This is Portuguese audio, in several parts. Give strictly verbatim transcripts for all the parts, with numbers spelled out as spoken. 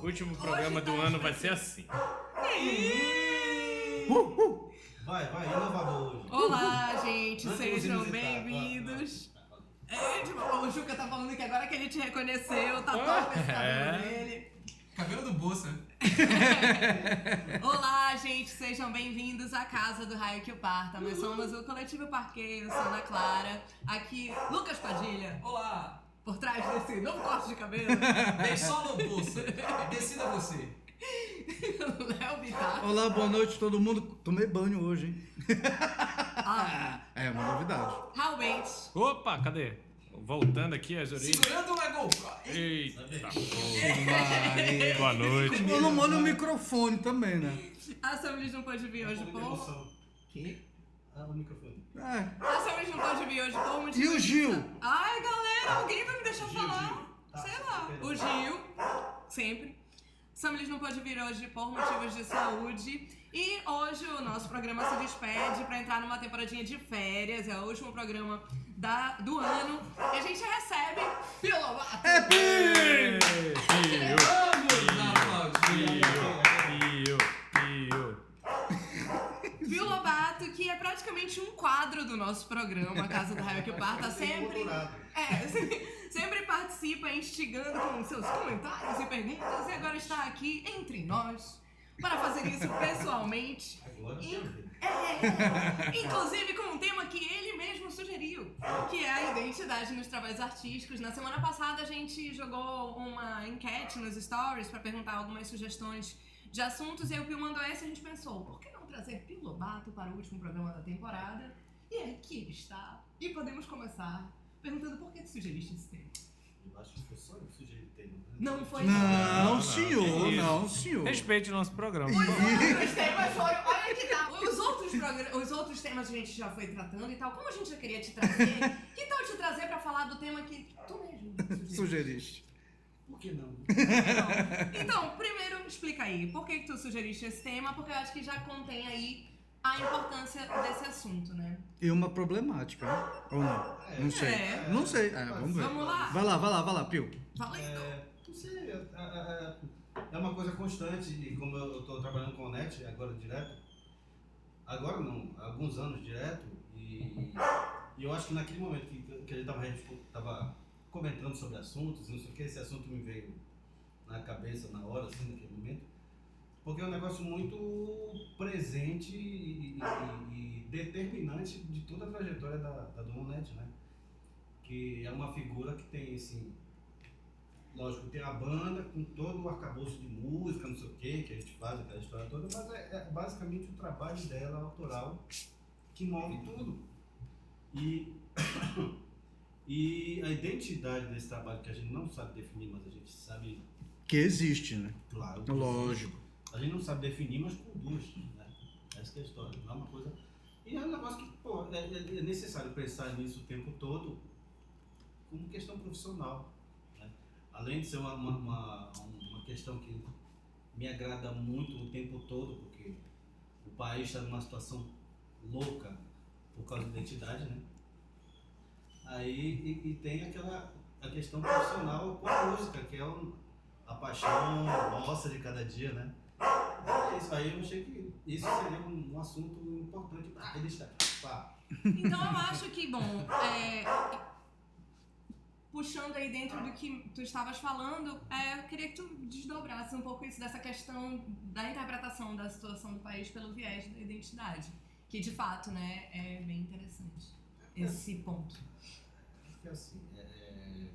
último programa do ano vai ser assim. Uh, uh. Vai, vai, inovador hoje. Olá, gente, Antes sejam de visitar, bem-vindos. É, tipo, o Juca tá falando que agora que ele te reconheceu, tá top esse cabelo dele. Cabelo do Bolsa. Olá, gente, sejam bem-vindos à Casa do Raio que o Parta. Nós somos o Coletivo Parqueiro, eu sou Ana Clara. Aqui, Lucas Padilha. Olá. Por trás desse novo corte de cabelo. Dei só no Bolsa. Decida você. Léo Vittar. Olá, boa noite todo mundo. Tomei banho hoje, hein? Ah, É uma novidade. Raul Bates. Opa, cadê? Voltando aqui as orelhas. Segurando uma GoPro. Eita, porra. Maria. Boa noite. Eu não molho o microfone também, né? A Samlis não pôde vir hoje, por... Emoção. Que? Ah, o microfone. É. A Samlis não pôde vir hoje por motivo E o de- Gil? Ai, galera, alguém vai me deixar Gil, falar? Gil. Tá, Sei lá. perdão. O Gil, sempre. Samlis não pôde vir hoje por motivos de saúde. E hoje o nosso programa se despede para entrar numa temporadinha de férias. É o último programa da, do ano. E a gente recebe Pio Lovato. É pi! Ei, Pio, Vamos aplaudir. Pio, Pio. Pio Lovato, que é praticamente um quadro do nosso programa, a Casa do Raio que o Parta, sempre... É, sempre, sempre participa instigando com seus comentários e perguntas e agora está aqui entre nós para fazer isso pessoalmente. Agora E- eu quero ver. É, inclusive com um tema que ele mesmo sugeriu, que é a identidade nos trabalhos artísticos. Na semana passada a gente jogou uma enquete nos stories para perguntar algumas sugestões de assuntos e aí o Pio mandou essa e a gente pensou, por que não trazer Pio Lovato para o último programa da temporada? E aqui ele está. E podemos começar perguntando por que tu sugeriste esse tema. Eu acho que foi só eu sugeri tema. né? Não foi Não, não, senhor, que isso. não, senhor. Respeite o nosso programa. Os outros temas foram. Olha que tá. Os outros, progra- os outros temas a gente já foi tratando e tal. Como a gente já queria te trazer, que tal te trazer pra falar do tema que tu mesmo sugeriu? Sugeriste. Por que não? Então, então, primeiro explica aí. Por que, que tu sugeriste esse tema? Porque eu acho que já contém aí a importância desse assunto, né? E uma problemática, né? Ou não? Não sei. É. Não sei. É, vamos ver. Vamos lá. Vai lá, vai lá, vai lá, Pio. Fala aí. então. É, não sei, é, é, é uma coisa constante e como eu estou trabalhando com o Net agora direto, agora não, há alguns anos direto, e, e eu acho que naquele momento que, que a gente estava comentando sobre assuntos, não sei o que, esse assunto me veio na cabeça na hora, assim, naquele momento, porque é um negócio muito presente e, e- e determinante de toda a trajetória da, da Dona Net, né? Que é uma figura que tem, assim, lógico, tem a banda com todo o arcabouço de música, não sei o que, que a gente faz, aquela história toda, mas é, é basicamente o trabalho dela, autoral, que move tudo. E, e a identidade desse trabalho que a gente não sabe definir, mas a gente sabe, Que existe, né? claro, que Lógico. a gente não sabe definir, mas conduz, né? Essa que é a história, não é uma coisa... E é um negócio que, pô, é, é necessário pensar nisso o tempo todo como questão profissional, né? Além de ser uma, uma, uma, uma questão que me agrada muito o tempo todo, porque o país está numa situação louca por causa da identidade, né? Aí, e, e tem aquela a questão profissional com a música, que é um, a paixão nossa de cada dia, né? É isso aí, eu achei que isso seria um, um assunto importante para a identidade. Pá. Então eu acho que, bom, é, puxando aí dentro do que tu estavas falando, é, eu queria que tu desdobrasse um pouco isso dessa questão da interpretação da situação do país pelo viés da identidade, que de fato, né, é bem interessante esse ponto. Porque assim, é...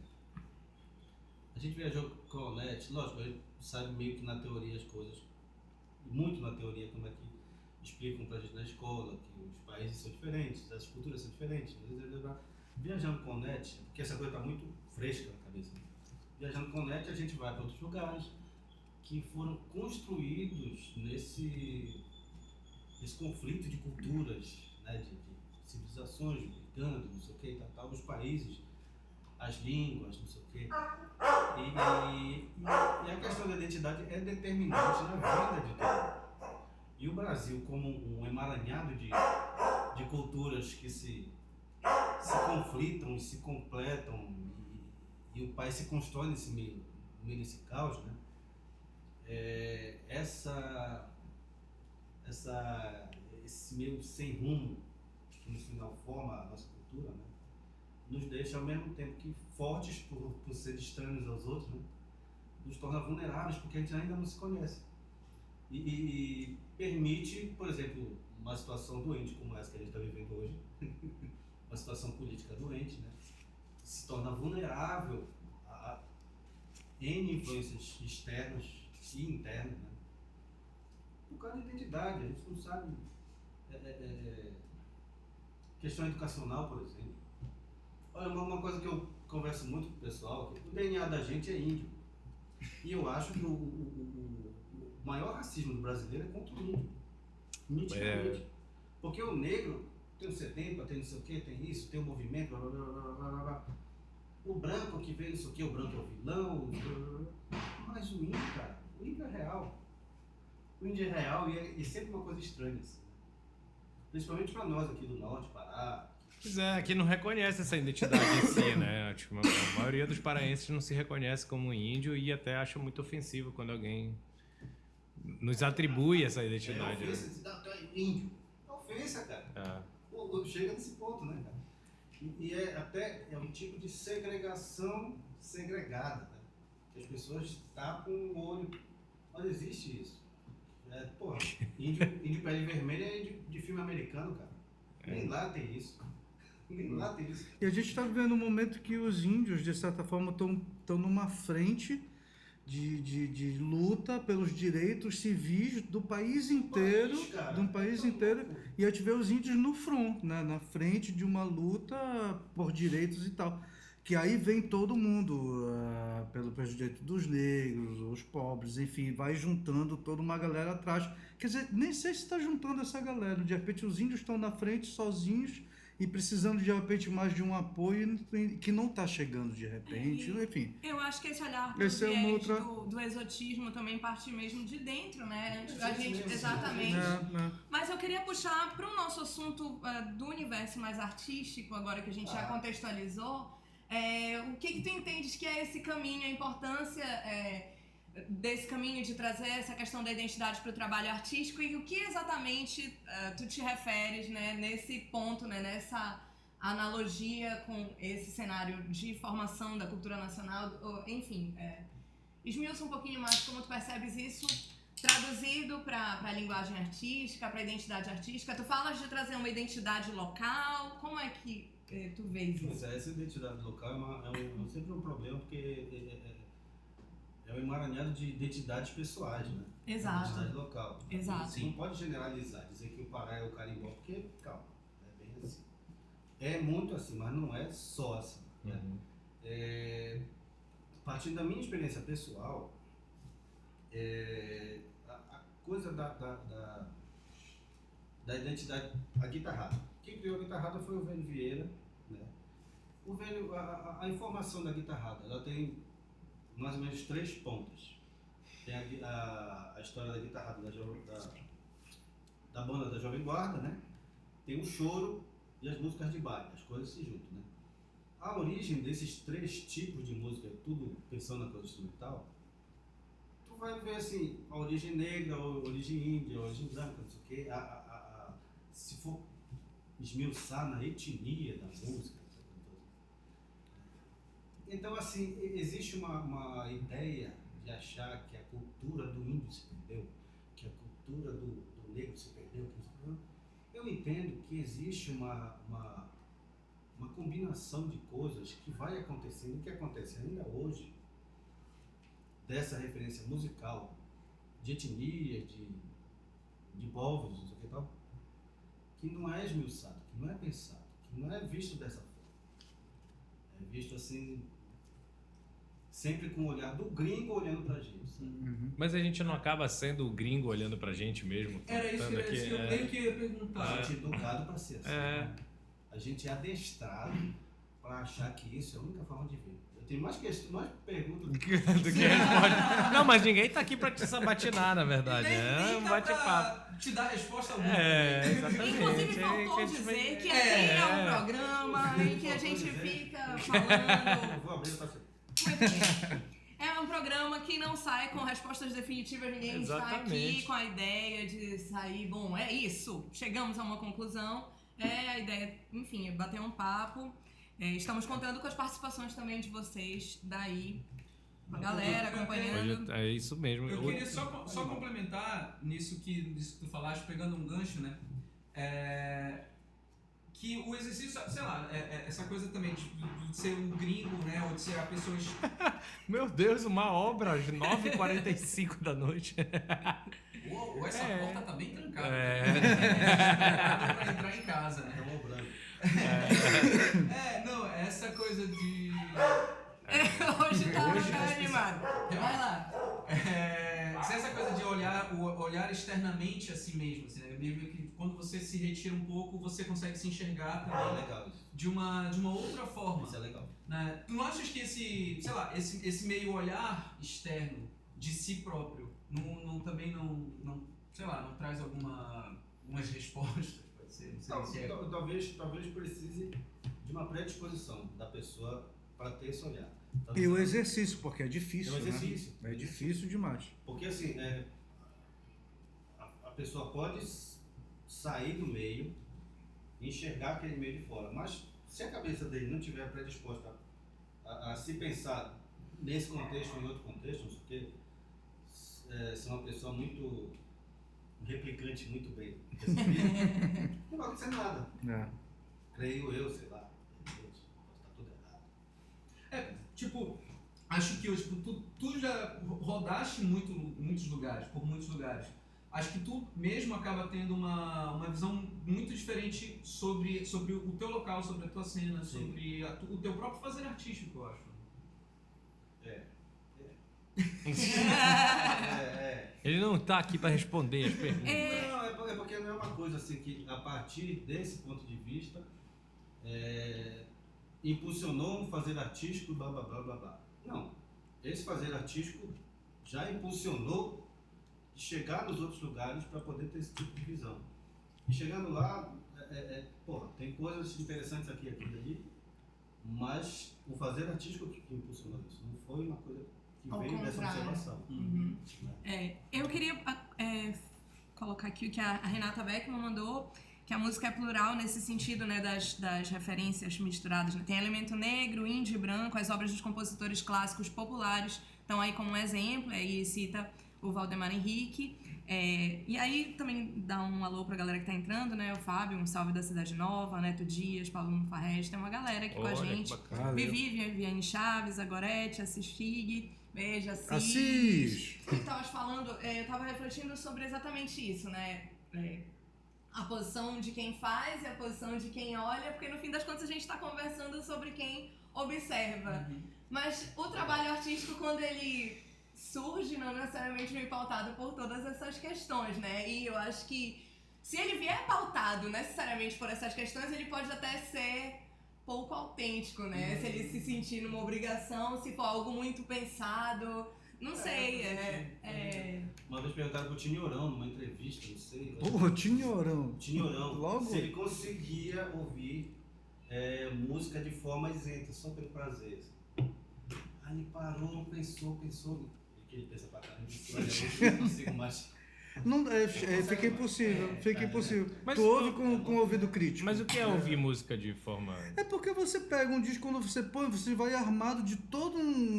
a gente viajou com o Net, lógico, a gente sabe meio que na teoria as coisas, muito na teoria como é que explicam pra gente na escola, que os países são diferentes, as culturas são diferentes. Viajando com o Net, porque essa coisa tá muito fresca na cabeça, né? Viajando com o Net, a gente vai para outros lugares que foram construídos nesse, nesse conflito de culturas, né? de, de civilizações brigando, não sei o que, e tal, tal, os países, as línguas, não sei o que. E, e, e a questão da identidade é determinante na vida de todo. E o Brasil, como um emaranhado de, de culturas que se, se conflitam e se completam, e, e o país se constrói nesse meio, no meio desse caos, né? essa, essa, esse meio sem rumo que no final forma a nossa cultura, né, nos deixa ao mesmo tempo que fortes por, por ser estranhos aos outros, né, nos torna vulneráveis porque a gente ainda não se conhece. E, e, e permite, por exemplo, uma situação doente como essa que a gente está vivendo hoje, uma situação política doente, né, se torna vulnerável a N influências externas e internas, né, por causa da identidade. A gente não sabe. É, é, é, questão educacional, por exemplo. Olha, uma, uma coisa que eu converso muito com o pessoal, que o D N A da gente é índio. E eu acho que o, o, o, o maior racismo do brasileiro é contra o índio. Nitidamente. É. Porque o negro tem o setenta, tem não sei o que, tem isso, tem o movimento, blá, blá, blá, blá, blá, blá. O branco que vem isso aqui, o branco é o vilão. Blá, blá, blá. Mas o índio, cara, o índio é real. O índio é real e é, é sempre uma coisa estranha, assim. Principalmente para nós aqui do norte, Pará. Pois é, aqui não reconhece essa identidade em si, né? Tipo, a maioria dos paraenses não se reconhece como índio e até acha muito ofensivo quando alguém nos atribui essa identidade. É ofensa, né? Não, tu é índio. É ofensa, cara. É. Pô, chega nesse ponto, né, cara? E, e é até é um tipo de segregação segregada, né? Que as pessoas tapam o olho. Mas existe isso. É, porra, índio, índio pele vermelha é de, de filme americano, cara. Nem é. lá tem isso. Nem lá tem isso. E a gente está vivendo um momento que os índios, de certa forma, estão numa frente de, de, de luta pelos direitos civis do país inteiro. País, cara, de um país inteiro. Louco. E a gente vê os índios no front, né, na frente de uma luta por direitos e tal. Que aí vem todo mundo, uh, pelo, pelos direitos dos negros, os pobres, enfim, vai juntando toda uma galera atrás. Quer dizer, nem sei se está juntando essa galera. De repente os índios estão na frente sozinhos e precisando de repente mais de um apoio que não está chegando de repente, e, enfim. Eu acho que esse olhar pro esse é uma outra... do, do exotismo também parte mesmo de dentro, né? Antes da é gente, mesmo, exatamente. É, é. Mas eu queria puxar para o nosso assunto uh, do universo mais artístico, agora que a gente ah. já contextualizou. É, o que, que tu entendes que é esse caminho, a importância é, desse caminho de trazer essa questão da identidade para o trabalho artístico e o que exatamente uh, tu te referes, né, nesse ponto, né, nessa analogia com esse cenário de formação da cultura nacional, ou, enfim, é, esmiuça um pouquinho mais como tu percebes isso traduzido para a linguagem artística, para a identidade artística. Tu falas de trazer uma identidade local, como é que tu vês isso? Pois é, essa identidade local é, uma, é, um, é sempre um problema, porque é, é, é um emaranhado de identidades pessoais, né? Exato. Identidade local. Exato. Você não pode generalizar, dizer que o Pará é o carimbó, porque, calma, é bem assim. É muito assim, mas não é só assim. Né? Uhum. É, partindo da minha experiência pessoal, é, a, a coisa da, da, da, da identidade, a guitarrada. Quem criou a guitarrada foi o Velho Vieira. Né? O velho, a, a, a informação da guitarrada, ela tem mais ou menos três pontas. Tem a, a, a história da guitarrada da, da, da banda da Jovem Guarda, né? Tem o choro e as músicas de baile, as coisas se juntam, né? A origem desses três tipos de música, tudo pensando na coisa instrumental, tu vai ver assim, a origem negra, a origem índia, a origem branca, não sei o quê, a, a, a, a, se for esmiuçar na etnia da música. Então, assim, existe uma, uma ideia de achar que a cultura do índio se perdeu, que a cultura do, do negro se perdeu. Eu entendo que existe uma, uma, uma combinação de coisas que vai acontecendo, que acontece ainda hoje, dessa referência musical, de etnia, de, de povos, não sei o que tal, que não é esmiuçado, que não é pensado, que não é visto dessa forma. É visto assim, sempre com o olhar do gringo olhando pra gente. Uhum. Mas a gente não acaba sendo o gringo olhando pra gente mesmo? Era isso, era isso que eu é... tenho que perguntar. A gente é educado pra ser assim. É... A gente é adestrado pra achar que isso é a única forma de ver. Eu tenho mais, questões, mais perguntas do que, do que responde. Não, mas ninguém tá aqui pra te sabatinar, na verdade. Nem, é nem um tá bate-papo. Te dar resposta alguma. É, exatamente. Inclusive, faltou É, que a gente dizer vai- que É. aqui é um programa em que a gente Faltou dizer. fica falando. Eu vou abrir pra você. Muito bem. É um programa que não sai com respostas definitivas, ninguém está aqui Exatamente. com a ideia de sair, bom, é isso, chegamos a uma conclusão. É a ideia, enfim, é bater um papo. É, estamos contando com as participações também de vocês daí, a galera acompanhando. Hoje é isso mesmo. Eu Hoje- queria só, só complementar nisso que, nisso que tu falaste, pegando um gancho, né? É, que o exercício, sei lá, é, é essa coisa também de, de ser um gringo, né? Ou de ser a pessoa... Meu Deus, uma obra às nove e quarenta e cinco da noite. Ou, ou essa É. porta tá bem trancada. É. É. Pra entrar em casa, né? É o branco. É, não, essa coisa de... Hoje tá, Hoje tá as animado. Vai lá. É, se essa coisa de olhar, o olhar externamente a si mesmo, assim, né? Meio que quando você se retira um pouco, você consegue se enxergar É também legal isso. de uma, de uma outra forma. Isso é legal. Né? Tu não achas que esse, sei lá, esse, esse meio olhar externo de si próprio não, não, também não, não, sei lá, não traz alguma, algumas respostas? Pode ser, não sei Tal- se é... tal- Talvez, talvez precise de uma predisposição da pessoa para ter esse olhar. E o exercício, porque é difícil, É um exercício. né? É difícil demais. Porque assim, é, a, a pessoa pode s- sair do meio e enxergar aquele meio de fora, mas se a cabeça dele não estiver predisposta a, a se pensar nesse contexto ou em outro contexto, não sei o quê, s- é, se é uma pessoa muito um replicante muito bem recebida, não vai acontecer nada. É. Creio eu, sei lá. Pode estar tudo errado. É, tipo, acho que tipo, tu, tu já rodaste muito, muitos lugares, por muitos lugares. Acho que tu mesmo acaba tendo uma, uma visão muito diferente sobre, sobre o teu local, sobre a tua cena, Sim. sobre a tu- o teu próprio fazer artístico, eu acho. É. É, é. Ele não tá aqui para responder as perguntas. Não, é por- é porque não é uma coisa assim que, a partir desse ponto de vista, é, impulsionou um fazer artístico, blá blá blá blá blá. Não. Esse fazer artístico já impulsionou de chegar nos outros lugares para poder ter esse tipo de visão. E chegando lá, é, é, porra, tem coisas interessantes aqui, aqui e ali, mas o fazer artístico que que impulsionou isso. Não foi uma coisa que Ao veio dessa contrário. observação. Uhum. Né? É, eu queria é, colocar aqui o que a Renata Beckman mandou, que a música é plural nesse sentido, né, das, das referências misturadas. Né? Tem elemento negro, índio e branco, as obras dos compositores clássicos populares estão aí como um exemplo, aí cita o Valdemar Henrique. É, e aí também dá um alô pra galera que tá entrando, né? O Fábio, um salve da Cidade Nova, Neto Dias, Paulo Mufarrege, tem uma galera aqui com a Olha, que gente. bacana. Valeu. Vivi, Viviane Chaves, a Gorete, Assis Fig, beijo, Assis. Assis! Tu estavas falando, é, eu estava refletindo sobre exatamente isso, né? É, a posição de quem faz e a posição de quem olha, porque no fim das contas a gente está conversando sobre quem observa. Mas o trabalho artístico, quando ele surge, não necessariamente vem pautado por todas essas questões, né? E eu acho que se ele vier pautado necessariamente por essas questões, ele pode até ser pouco autêntico, né? Se ele se sentir numa obrigação, se for algo muito pensado, não sei, é... é... Uma vez perguntaram pro Tinhorão numa entrevista, não sei. Ô, Tinhorão. Tinhorão, Logo. se ele conseguia ouvir é, música de forma isenta, só pelo prazer. Aí ele parou, pensou, pensou. E que ele pensa pra caramba, disse, olha, hoje eu não consigo mais. Não, é, é, fica impossível, fica impossível. Mas- tu ouve com, com o ouvido crítico. Mas o que é ouvir música de forma... É porque você pega um disco, quando você põe, você vai armado de todo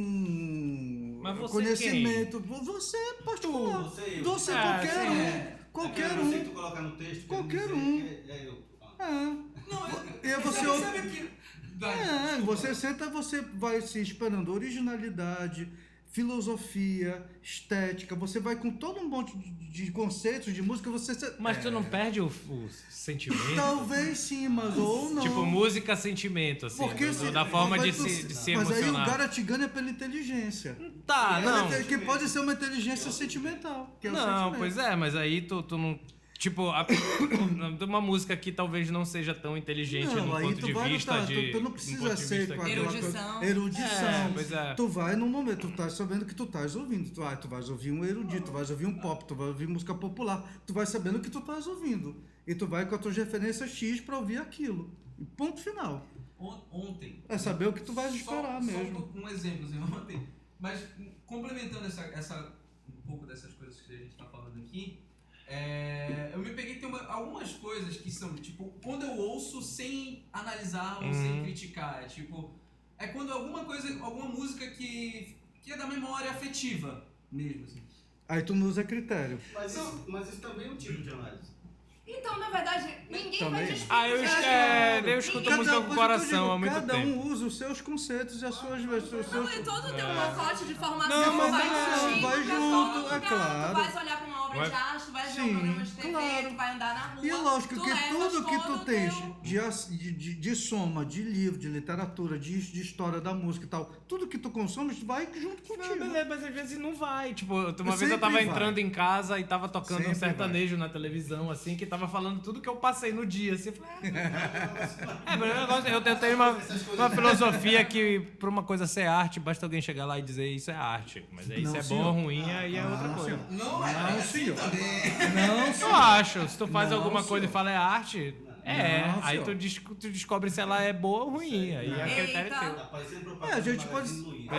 um Mas você conhecimento. Você é particular. Você, eu. Você, Ah, qualquer sim, um. é. Qualquer Aquela música que um. tu coloca no texto, Qualquer quer dizer um. que É, é eu. Ah. É. Não, eu, E aí você sabe, ouve- sabe que... Vai, É, desculpa. você senta, você vai se esperando originalidade, filosofia, estética, você vai com todo um monte de, de conceitos de música, você... se- Mas tu É. não perde o, o sentimento? Talvez sim, mas ou não. Tipo, música sentimento, assim. Porque do- se- da forma de mas tu- se, de se Mas aí o emocionar. cara te ganha pela inteligência. Tá, não. Ela tem- Que pode ser uma inteligência sentimental. Que é o Não, sentimento. pois é, mas aí tu, tu não... Tipo, a- uma música que talvez não seja tão inteligente Não, no aí ponto tu de vai vista lutar, de... tu, tu não no precisa ponto de ser vista com que- aquela Erudição. coisa- erudição. É, pois é. Tu vai no momento, tu tá sabendo que tu estás ouvindo. Tu, ah, tu vais ouvir um erudito, tu vais ouvir um pop, tu vai ouvir música popular. Tu vai sabendo o que tu estás ouvindo. E tu vai com as tuas referências X pra ouvir aquilo. E ponto final. On- Ontem... É saber o que tu vais Só- esperar só mesmo. um exemplo, assim, ontem Mas complementando essa, essa, um pouco dessas coisas que a gente está falando aqui, é, eu me peguei que tem uma, algumas coisas que são, tipo, quando eu ouço sem analisar ou Uhum. sem criticar, é tipo, é quando alguma coisa, alguma música que, que é da memória afetiva mesmo, assim. Aí tu não usa critério. Mas isso, mas isso também é um tipo de análise. Então, na verdade, ninguém Também. vai te Ah, eu, explicar. é, eu escuto Cada- música por com isso o que eu coração digo, há muito cada tempo. um usa os seus conceitos e as suas... Os seus Não, e todo tem um É. pacote de formação, Não, mas vai não, contigo vai pra junto, todo é lugar. claro. Tu vais olhar pra uma obra Vai- de arte, tu vai ver Sim, um programa de T V, claro. tu vai andar na rua. E é lógico tu que levas tudo que tu todo o tens teu- de, as- de, de, de soma, de livro, de literatura, de, de história da música e tal, tudo que tu consomes vai junto Não, contigo. mas, é- mas às vezes não vai. Tipo, uma vez Sempre eu tava vai. entrando em casa e tava tocando Sempre um sertanejo na televisão, assim, que tava falando tudo que eu passei no dia. Assim, eu falei, ah, mas eu, gosto- eu, eu tenho uma, uma filosofia que pra uma coisa ser arte, basta alguém chegar lá e dizer isso é arte. Mas aí Não, se é bom senhor. ou ruim, aí é outra Não, coisa. senhor. Não é Não, assim senhor. também. Não, Eu senhor. acho. Se tu faz Não, alguma coisa senhor. e fala é arte, é. Não, Aí senhor. tu, des- tu descobre se ela é boa ou ruim. Aí é Eita. critério teu. Tá parecendo É, propaganda a gente do pode- Magazine Luiza.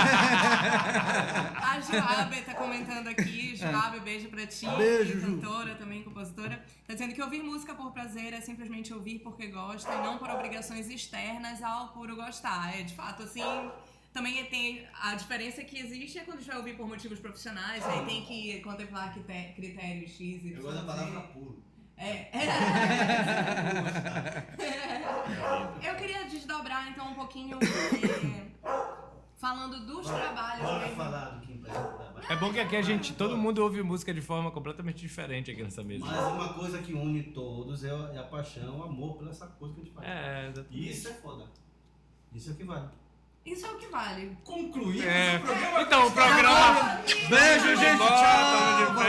A Joabe tá comentando aqui. Joabe, beijo pra ti. Beijo, Ju. Cantora, também compositora. Tá dizendo que ouvir música por prazer é simplesmente ouvir porque gosta e não por obrigações externas ao puro gostar. É, de fato, assim... Também tem a diferença que existe é quando a gente vai ouvir por motivos profissionais, aí tem que contemplar crite- critérios X e Eu gosto da palavra puro. É. Eu queria desdobrar então um pouquinho é, falando dos trabalhos Bora mesmo. falar do que empresta trabalho. É bom que aqui a gente, todo mundo ouve música de forma completamente diferente aqui nessa mesa. Mas uma coisa que une todos é a, é a paixão, o amor por essa coisa que a gente faz. É, E isso é foda. Isso é o que vale. Isso é o que vale. Concluímos É. o programa. Então, o programa. Beijo, gente. Bora, Tchau. tamo de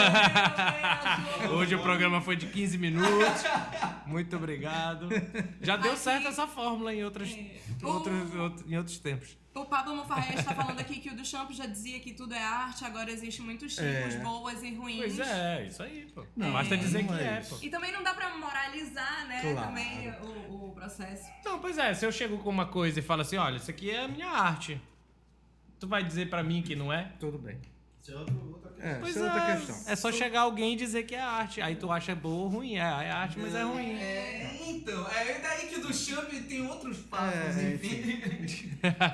Valeu. Valeu. Hoje o programa foi de quinze minutos. Muito obrigado. Já deu Aqui- certo essa fórmula em, outras, É. outros, outro- em outros tempos. O Pablo Mufarré está falando aqui que o Duchamp já dizia que tudo é arte, agora existem muitos tipos, É. boas e ruins. Pois é, isso aí, pô. Não, Basta dizer não que é é, isso. pô. E também não dá pra moralizar, né, Claro. também o, o processo. Não, pois é, se eu chego com uma coisa e falo assim, olha, isso aqui é a minha arte. Tu vai dizer pra mim que não é? Tudo bem. Isso é outro, outra questão. É, Pois essa é outra é, questão. é só chegar alguém e dizer que é arte. Aí tu acha boa ou ruim. É, é arte, mas é ruim. É, então, é daí que o Duchamp tem outros passos, É, enfim.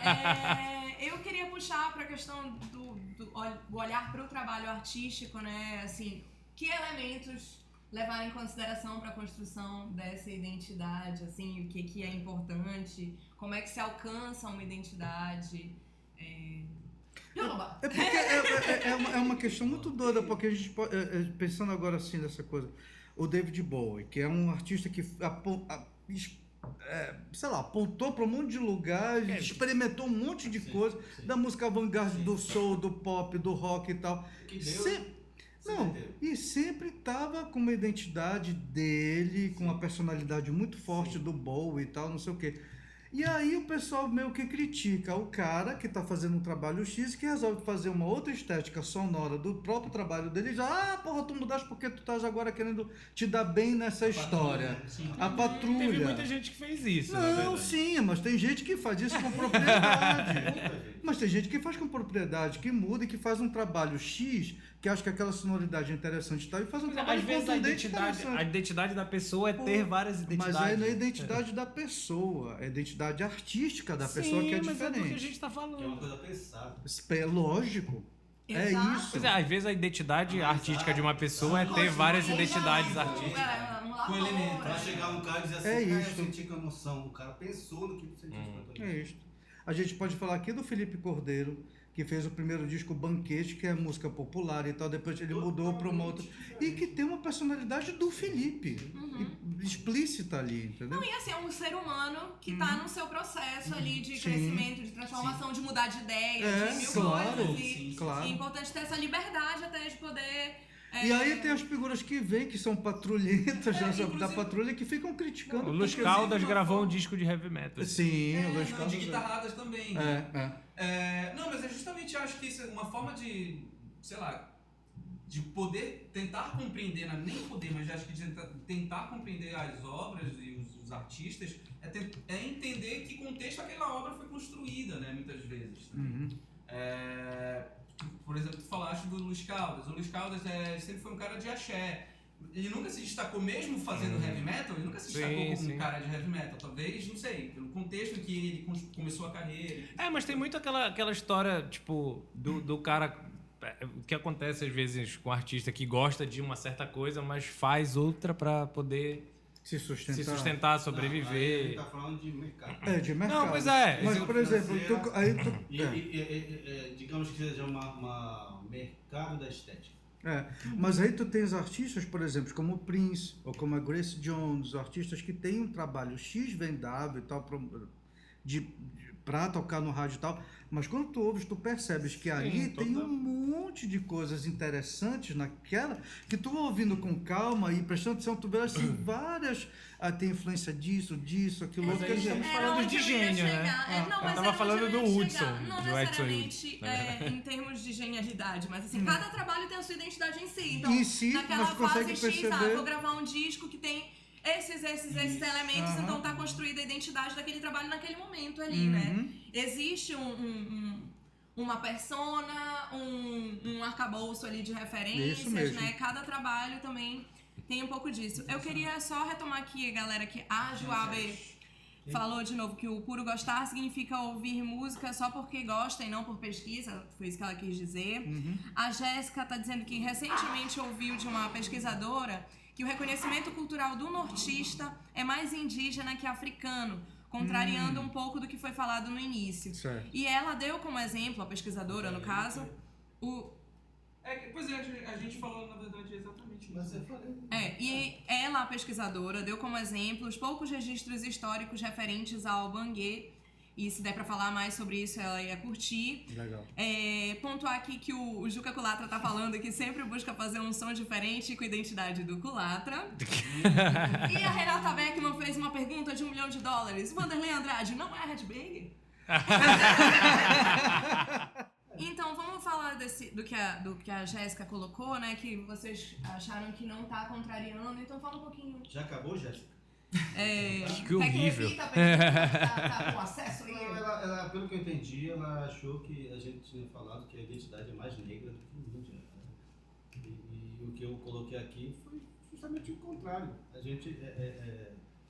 É, eu queria puxar para a questão do, do ol- do olhar para o trabalho artístico, né? Assim, que elementos levar em consideração para a construção dessa identidade, assim, o que, que é importante, como é que se alcança uma identidade. É... Yoruba. É porque é, é- é uma, é uma questão muito doida, porque a gente pode, é, é, pensando agora assim dessa coisa, o David Bowie, que é um artista que apo- a- es- é, sei lá, apontou para um monte de lugar, É. experimentou um monte de Sim, coisa, sim. da música avant-garde, do soul, do pop, do rock e tal. Que Deus Se- se Não, meteu. e sempre tava com uma identidade dele, com uma personalidade muito forte do Bowie e tal, não sei o quê. E aí o pessoal meio que critica o cara que tá fazendo um trabalho X e que resolve fazer uma outra estética sonora do próprio trabalho dele e já, ah, porra, tu mudaste porque tu estás agora querendo te dar bem nessa história. Sim. A patrulha. Teve muita gente que fez isso, na Não, verdade. sim, mas tem gente que faz isso com propriedade. Muita gente. Mas tem gente que faz com propriedade, que muda e que faz um trabalho X, que acha que aquela sonoridade é interessante e tal, e faz um Mas, trabalho às vezes a contundente identidade, interessante. a identidade da pessoa é Pô, ter várias identidades. Mas aí não é a identidade da pessoa, é a identidade artística da Sim, pessoa que é mas é do que a diferente. gente tá Que é uma falando. coisa pensada. É lógico. É Exato. isso. Pois é, às vezes a identidade Analisar. artística de uma pessoa é ter várias identidades artísticas. É, um Com labor, elemento. Pra né? chegar um cara e dizer assim, É cara, isso. eu senti com emoção. O cara pensou no que tu sentiu. Hum. com a tua É isso. A gente pode falar aqui do Felipe Cordeiro, que fez o primeiro disco Banquete, que é música popular e tal, depois ele mudou para uma outra. E que tem uma personalidade do Felipe, Uhum. explícita ali, entendeu? Não, e assim, é um ser humano que tá no seu processo ali de Sim. crescimento, de transformação, de mudar de ideia, É, de mil claro, coisas. E, sim, claro. e é importante ter essa liberdade até de poder. é, E aí tem as figuras que vêm, que são patrulhentas É, já, inclusive- da patrulha, que ficam criticando. O Luz porque- Caldas uma gravou um forma- disco de heavy metal. Sim, É, o Luz não, Caldas. de guitarradas também. né? É, é. É, não, mas é justamente, eu acho que isso é uma forma de, sei lá, de poder tentar compreender, não é nem poder, mas acho que de tentar, tentar compreender as obras e os, os artistas, é, ten- é entender que contexto aquela obra foi construída, né, muitas vezes. Uhum. É, por exemplo, tu falaste do Luiz Caldas. O Luiz Caldas é, sempre foi um cara de axé. Ele nunca se destacou, mesmo fazendo heavy metal, ele nunca se destacou Sim, como sim. um cara de heavy metal. Talvez, não sei, pelo contexto em que ele com- começou a carreira. É, mas tem muito aquela, aquela história, tipo, do, do cara... O que acontece às vezes com o artista que gosta de uma certa coisa, mas faz outra pra poder Se sustentar. se sustentar, Não, aí sobreviver. ele tá falando de mercado. É, de mercado. Não, pois é. Mas, Esse por é o exemplo, financeiro. tu, aí tu... E, é. e- e- e- e- digamos que seja uma, uma mercado da estética. É, mas aí tu tens artistas, por exemplo, como o Prince, ou como a Grace Jones, artistas que têm um trabalho X vendável e tal, pro- de, de, pra tocar no rádio e tal, mas quando tu ouves, tu percebes que ali tem total. um monte de coisas interessantes naquela, que tu ouvindo com calma e prestando atenção, tu vê assim, várias, ah, tem influência disso, disso, aquilo, Mas outro, aí quer dizer, estamos Era falando onde de eu ia gênio, né? chegar. É, Ah, não, eu mas tava era onde falando eu ia do chegar. Hudson, Não do necessariamente Hudson. é, em termos de genialidade, mas assim, cada trabalho tem a sua identidade em si. Então, Em si, naquela mas consegue fase X, ah, perceber- vou gravar um disco que tem esses, esses, esses elementos, Aham. então tá construída a identidade daquele trabalho naquele momento ali, Uhum. né? Existe um, um- um- uma persona, um, um arcabouço ali de Isso referências, mesmo. né? Cada trabalho também tem um pouco disso. Eu queria só retomar aqui, galera, que a Joabe falou de novo que o puro gostar significa ouvir música só porque gosta e não por pesquisa, foi isso que ela quis dizer. A Jéssica está dizendo que recentemente ouviu de uma pesquisadora que o reconhecimento cultural do nortista é mais indígena que africano, contrariando um pouco do que foi falado no início. Certo. E ela deu como exemplo, a pesquisadora no caso, o, É, que- pois é, a gente, a gente falou, na verdade, exatamente Mas isso. eu falei. É, e ela, a pesquisadora, deu como exemplo os poucos registros históricos referentes ao Banguê, e se der pra falar mais sobre isso, ela ia curtir. Legal. É, pontuar aqui que o, o Juca Culatra tá falando que sempre busca fazer um som diferente com a identidade do Culatra. E a Renata Beckman fez uma pergunta de um milhão de dólares. Vanderlei Andrade não é headbanger? Então, vamos falar desse, do, que a, do que a Jéssica colocou, né? Que vocês acharam que não tá contrariando. Então, fala um pouquinho. Já acabou, Jéssica? É, Que horrível. Repita a pergunta, tá, tá com acesso aí. Não, ela, ela, pelo que eu entendi, ela achou que a gente tinha falado que a identidade é mais negra do que índia. Né? E, e o que eu coloquei aqui foi justamente o contrário. A gente é, é, é,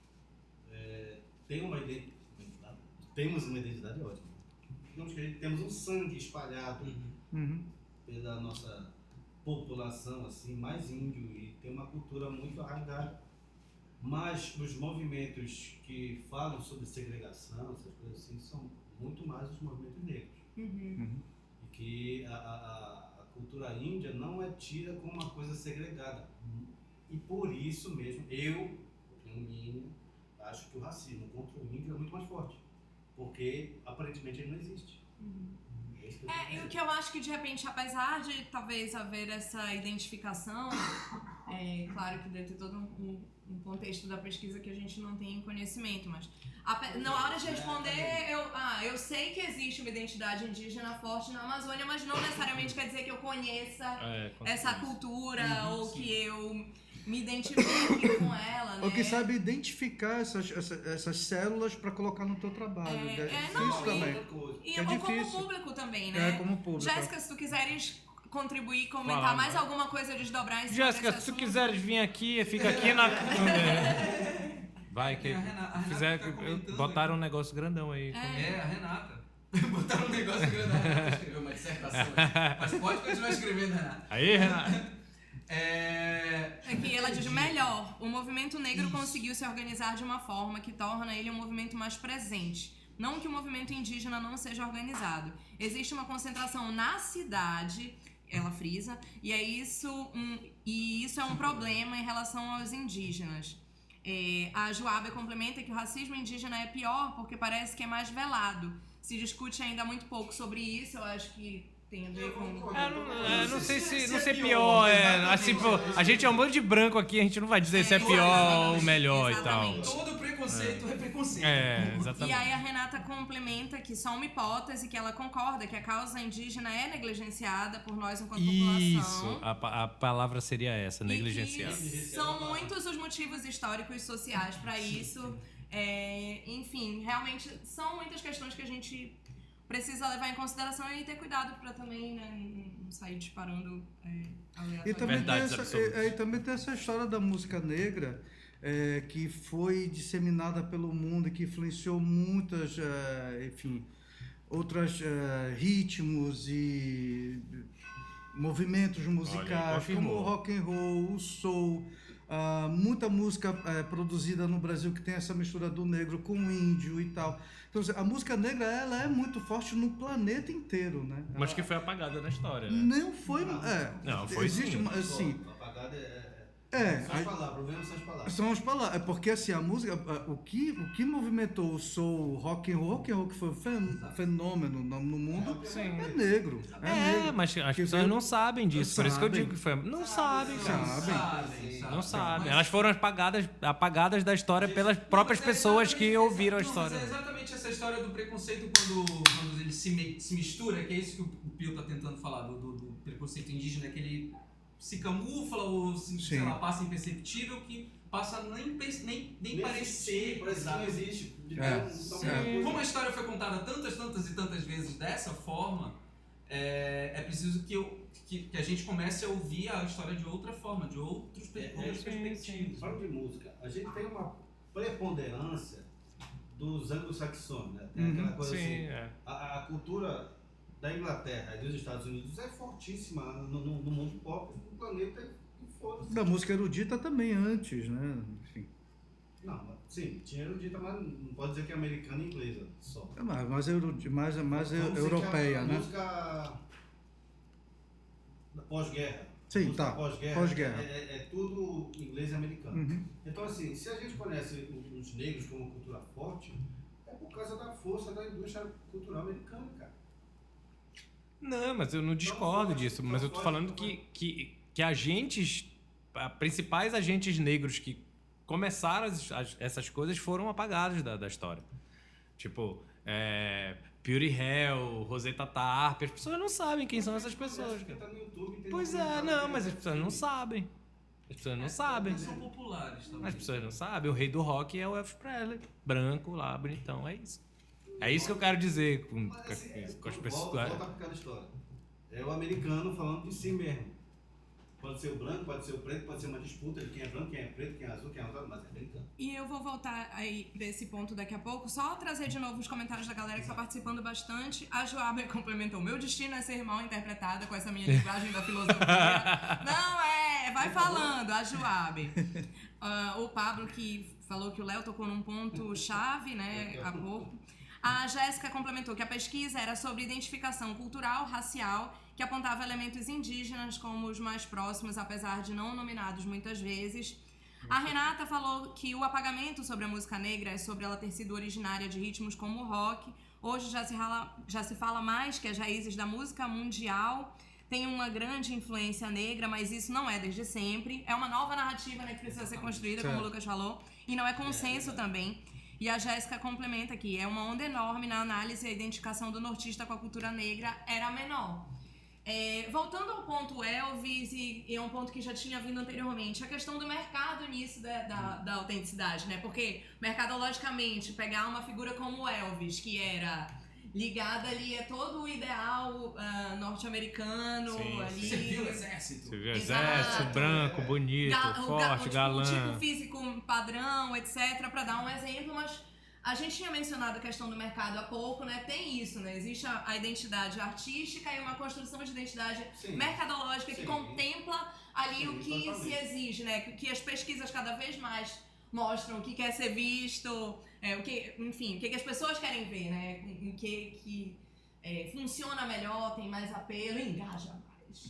é, tem uma identidade, temos uma identidade ótima. Digamos que a gente temos um sangue espalhado Uhum. pela nossa população assim mais índio e tem uma cultura muito arraigada. Mas os movimentos que falam sobre segregação, essas coisas assim, são muito mais os movimentos negros. Uhum. E que a, a, a cultura índia não é tida como uma coisa segregada. E por isso mesmo, eu, opinião minha, acho que o racismo contra o índio é muito mais forte. Porque aparentemente ele não existe. É isso que eu É, quero e o dizer. que eu acho que de repente, apesar de talvez haver essa identificação, é claro que deve ter todo um, um- um contexto da pesquisa que a gente não tem conhecimento, mas ape- na hora de responder, eu, ah, eu sei que existe uma identidade indígena forte na Amazônia, mas não necessariamente quer dizer que eu conheça É, com essa certeza. cultura ou que eu me identifique com ela, né? Ou que sabe identificar essas, essas, essas células para colocar no teu trabalho. É, É, é, difícil não, também. Outra coisa. E é ou como difícil. público também, né? É, como público. Jéssica, se tu quiseres contribuir, comentar Fala, mais vai. alguma coisa, desdobrar em cima Jéssica, desse se tu assunto. quiseres vir aqui, fica aqui na. Vai, que A Renata- a Renata fizer, tá comentando botaram um aqui. negócio grandão aí. É. É, a Renata. Botaram um negócio grande. A Renata escreveu uma dissertação aqui. Mas pode continuar escrevendo, Renata. Aí, Renato. É... Aqui ela diz Entendi. melhor, o movimento negro Isso. conseguiu se organizar de uma forma que torna ele um movimento mais presente. Não que o movimento indígena não seja organizado. Existe uma concentração na cidade, ela frisa, e é isso um, e isso é um problema em relação aos indígenas. É, a Joabe complementa que o racismo indígena é pior porque parece que é mais velado. Se discute ainda muito pouco sobre isso, eu acho que tem a ver com... É, não, é, não sei se, se não é sei pior, pior, é, exatamente. assim, pô, a gente é um bando de branco aqui, a gente não vai dizer se é pior ou melhor e tal. Exatamente. Todo preconceito é, preconceito. É, E exatamente. aí a Renata complementa que só uma hipótese, que ela concorda que a causa indígena é negligenciada por nós enquanto Isso, população. a, pa- a palavra seria essa, E negligenciada. que são muitos os motivos históricos e sociais para isso. É, enfim, realmente são muitas questões que a gente precisa levar em consideração e ter cuidado para também, né, não sair disparando é, E aleatoriamente. também, tem Verdades essa, absolutas. e, e também tem essa história da música negra é, que foi disseminada pelo mundo e que influenciou muitas, é, enfim, outros ritmos e movimentos musicais, confirmou. como o rock and roll, o soul, ah, muita música é, produzida no Brasil que tem essa mistura do negro com o índio e tal. Então, assim, a música negra ela é muito forte no planeta inteiro, né? Mas que foi apagada na história, né? Não foi. É, Não, foi existe sim. uma- assim, Apagada é. É, São as a- palavras, o problema são as palavras. são as palavras. É porque assim, a música, a- o que, o que movimentou o soul, o rock and roll, rock and roll que foi um fen- fenômeno no, no mundo, Sim. é negro. É, É, negro. mas as Que pessoas veio- não sabem disso. Por isso que eu Sabem. digo que foi. Não sabem, cara. Sabem. Sabem, sabem. Não sabem. Mas- Elas foram apagadas, apagadas da história pelas próprias Não, mas é pessoas que exatamente- ouviram a não, mas história. É exatamente essa história do preconceito quando, quando ele se, me- se mistura, que é isso que o Pio tá tentando falar, do, do- do preconceito indígena, que ele se camufla ou se, sei Sim. lá, passa imperceptível, que passa a nem, pens- nem, nem Nem parecer. existe, parece que não Exato. existe. De É. tão- Sim. tão- Como a história foi contada tantas, tantas e tantas vezes dessa forma, é, é preciso que, eu, que, que a gente comece a ouvir a história de outra forma, de outros, É, outras é, perspectivas. Falando de música, a gente tem uma preponderância dos anglo-saxões, né? Tem Uhum. aquela coisa Sim, assim, é. a, a cultura da Inglaterra e dos Estados Unidos é fortíssima no, no, no mundo pop, no planeta e foda-se. Da música erudita também antes, né? Enfim. Não, mas, sim, tinha erudita, mas não pode dizer que é americana e inglesa só. É mais, mais, erudi- mais, mais Vamos dizer europeia, que a, a né? música da pós-guerra. Sim, música tá. Pós-guerra. Pós-guerra. É, é- é tudo inglês e americano. Uhum. Então, assim, se a gente conhece os negros como cultura forte, é por causa da força da indústria cultural americana, cara. Não, mas eu não discordo pode, disso. não Mas eu tô pode, falando não que, que, que agentes, a- principais agentes negros que começaram as- as- essas coisas foram apagados da, da história. Tipo, é, Purity Hell, Rosetta Tarp, as pessoas não sabem quem são essas pessoas, Porque cara. tá no YouTube, tem Pois é, documentário, não, tem mas as pessoas não sabem. As pessoas não sabem. Não são populares também. As pessoas não sabem. O rei do rock é o Elvis Presley. Branco lá, bonitão. É isso. É isso que eu quero dizer com, Mas, assim, é, com, com as volta, pessoas. volta para aquela história. É o americano falando de si mesmo. Pode ser o branco, pode ser o preto, pode ser uma disputa de quem é branco, quem é preto, quem é azul, quem é rosado, mas é americano. E eu vou voltar aí desse ponto daqui a pouco, só trazer de novo os comentários da galera que está participando bastante. A Joabe complementou: meu destino é ser mal interpretada com essa minha linguagem da filosofia. Não é, vai falando, a Joabe. Uh, o Pablo que falou que o Léo tocou num ponto chave, né, há pouco. A Jéssica complementou que a pesquisa era sobre identificação cultural, racial, que apontava elementos indígenas como os mais próximos, apesar de não nominados muitas vezes. A Renata falou que o apagamento sobre a música negra é sobre ela ter sido originária de ritmos como o rock. Hoje já se, rala, já se fala mais que as raízes da música mundial têm uma grande influência negra, mas isso não é desde sempre. É uma nova narrativa, né, que precisa ser construída, como o Lucas falou, e não é consenso também. E a Jéssica complementa aqui: é uma onda enorme na análise e a identificação do nortista com a cultura negra era menor. É, voltando ao ponto Elvis, e, e é um ponto que já tinha vindo anteriormente, a questão do mercado nisso da, da, da autenticidade, né? Porque, mercadologicamente, pegar uma figura como Elvis, que era ligada ali a todo o ideal uh, norte-americano, Sim, ali... Você viu o exército? Você viu Exato. exército, branco, bonito, Ga- o ga- forte, tipo, galã. O tipo físico padrão, etcétera, para dar um exemplo, mas a gente tinha mencionado a questão do mercado há pouco, né? Tem isso, né? Existe a, a identidade artística e uma construção de identidade Sim. mercadológica que Sim. contempla ali Sim, o que totalmente. se exige, né? Que, que as pesquisas cada vez mais mostram o que quer ser visto, é, o que, enfim, o que, que as pessoas querem ver, né? Em que, que é, funciona melhor, tem mais apelo, engaja mais.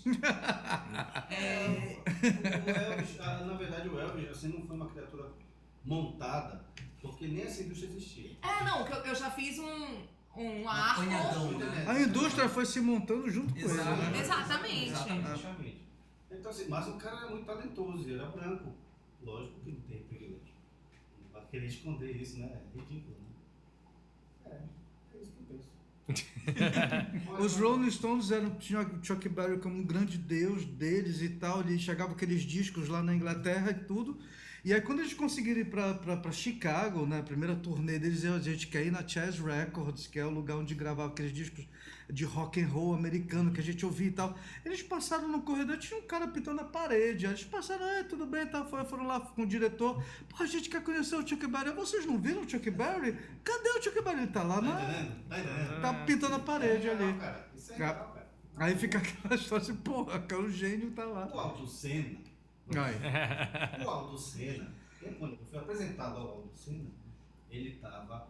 é, O Elvis, ah, na verdade, o Elvis assim, não foi uma criatura montada, porque nem essa indústria existia. é, não, que eu, eu já fiz um, um arco. Apanhadão, né? A indústria foi se montando junto com ele, Exato. né? Exatamente. Exatamente. Então, assim, mas o cara era muito talentoso, ele era branco. Lógico que não tem privilégio. Não vai querer esconder isso, né? É ridículo, né? É, é isso que eu penso. Os Rolling Stones eram, tinham Chuck Berry como um grande deus deles e tal, e chegavam aqueles discos lá na Inglaterra e tudo, E aí quando eles conseguiram ir pra, pra, pra Chicago, né, a primeira turnê deles, a gente quer ir na Chess Records, que é o lugar onde gravava aqueles discos de rock and roll americano que a gente ouvia e tal. Eles passaram no corredor, tinha um cara pintando a parede. Aí eles passaram, é, tudo bem, tá, foram lá com o diretor. Pô, a gente quer conhecer o Chuck Berry. Vocês não viram o Chuck Berry? Cadê o Chuck Berry? Ele tá lá Tá na... entendendo? Tá entendendo? Tá pintando a parede É ali. legal, cara. Isso é legal, cara. Aí fica aquela história assim, porra, cara, o gênio tá lá. O Aldo Senna, Aí. o Aldo Senna, eu, quando eu fui apresentado ao Aldo Senna, ele estava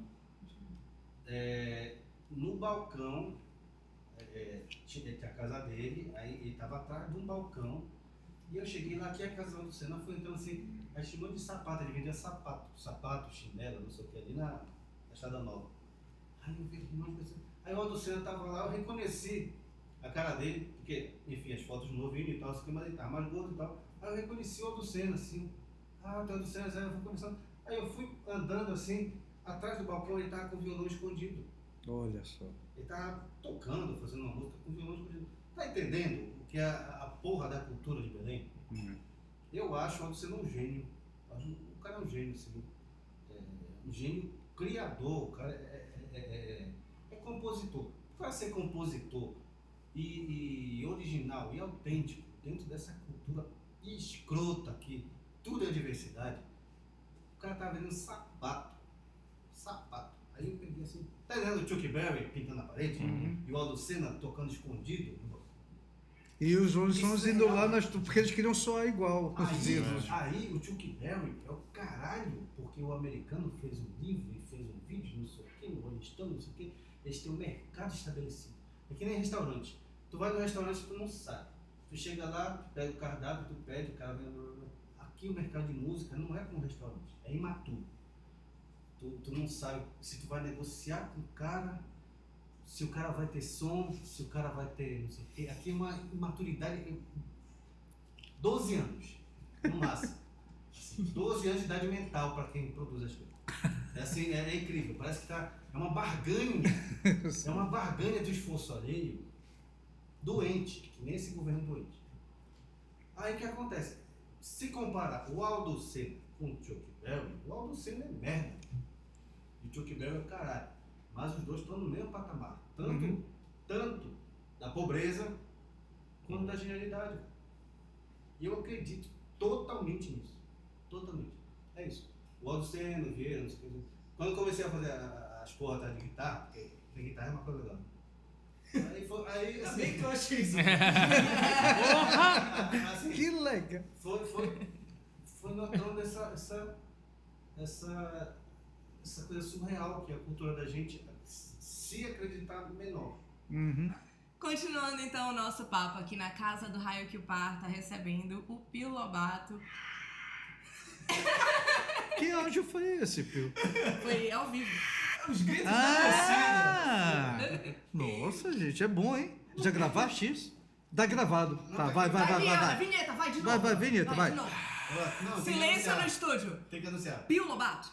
é, no balcão, é, tinha, tinha a casa dele, aí ele estava atrás de um balcão, e eu cheguei lá, aqui a casa do Aldo Senna, foi então assim, aí tinha um monte de sapato, ele vendia sapato, sapato, chinelo, não sei o que, ali na, na Estrada Nova. Aí eu vi um monte de pessoas. Aí o Aldo Senna estava lá, eu reconheci a cara dele, porque, enfim, as fotos novinho e tal, assim, mas ele tá mais gordo e tal. Aí eu reconheci o Aldo Senna, assim. Ah, tem o Aldo Senna, aí eu fui conversando. Aí eu fui andando assim, atrás do balcão, ele tava com o violão escondido. Olha só. Ele tava tocando, fazendo uma música com o violão escondido. Tá entendendo o que é a, a porra da cultura de Belém? Uhum. Eu acho o Aldo Senna um gênio. O cara é um gênio, assim. É, um gênio criador, o cara é, é, é, é compositor. Para ser compositor e, e original e autêntico dentro dessa cultura escrota que tudo é diversidade, o cara tá vendendo sapato, sapato. Aí eu peguei assim, tá vendo o Chuck Berry pintando a parede? Uhum. E o Aldo Senna tocando escondido? E os Rolling Stones Isso é indo real. lá, nas, porque eles queriam soar igual. Os Aí, ídolos. aí o Chuck Berry é o caralho, porque o americano fez um livro e fez um vídeo, não sei o que, o Rolling Stone, não sei o que, eles têm um mercado estabelecido. É que nem restaurante. Tu vai no restaurante e tu não sabe. Tu chega lá, tu pega o cardápio, tu pede, o cara vem. Aqui o mercado de música não é como um restaurante, é imaturo. Tu, tu não sabe se tu vai negociar com o cara, se o cara vai ter som, se o cara vai ter não sei o quê. Aqui é uma imaturidade. doze anos, no máximo. Assim, doze anos de idade mental para quem produz as coisas. É, assim, é, é incrível, parece que tá, é uma barganha, é uma barganha do esforço alheio doente, que nem esse governo doente. Aí o que acontece? Se comparar o Aldo Senna com o Chuck Berry, o Aldo Senna é merda. E o Chuck Berry é o caralho. Mas os dois estão no mesmo patamar. Tanto, Uhum. tanto da pobreza quanto da genialidade. E eu acredito totalmente nisso. Totalmente. É isso. O Aldo Senna, o Vieira, não sei o que. Quando eu comecei a fazer a- a- as porra atrás de guitarra, porque a guitarra é uma coisa legal. Aí, foi, aí assim, Bem que eu achei isso. assim, Que legal. foi, foi, foi notando essa, essa, essa, essa coisa surreal que é a cultura da gente se acreditar menor. Uhum. Continuando então o nosso papo aqui na casa do Raio que o Par, tá recebendo o Pio Lobato. Que áudio foi esse, Pio? Foi ao vivo. Os gritos Ah! Nossa, gente, é bom, hein? Já gravaste isso? Tá gravado. Tá, vai, vai, vai, vai, vinheta, vai. vinheta, vai de novo. Vai, vai, vinheta, vai. de novo. Não, tem que Silêncio anunciar. no estúdio. Tem que anunciar. Pio Lobato.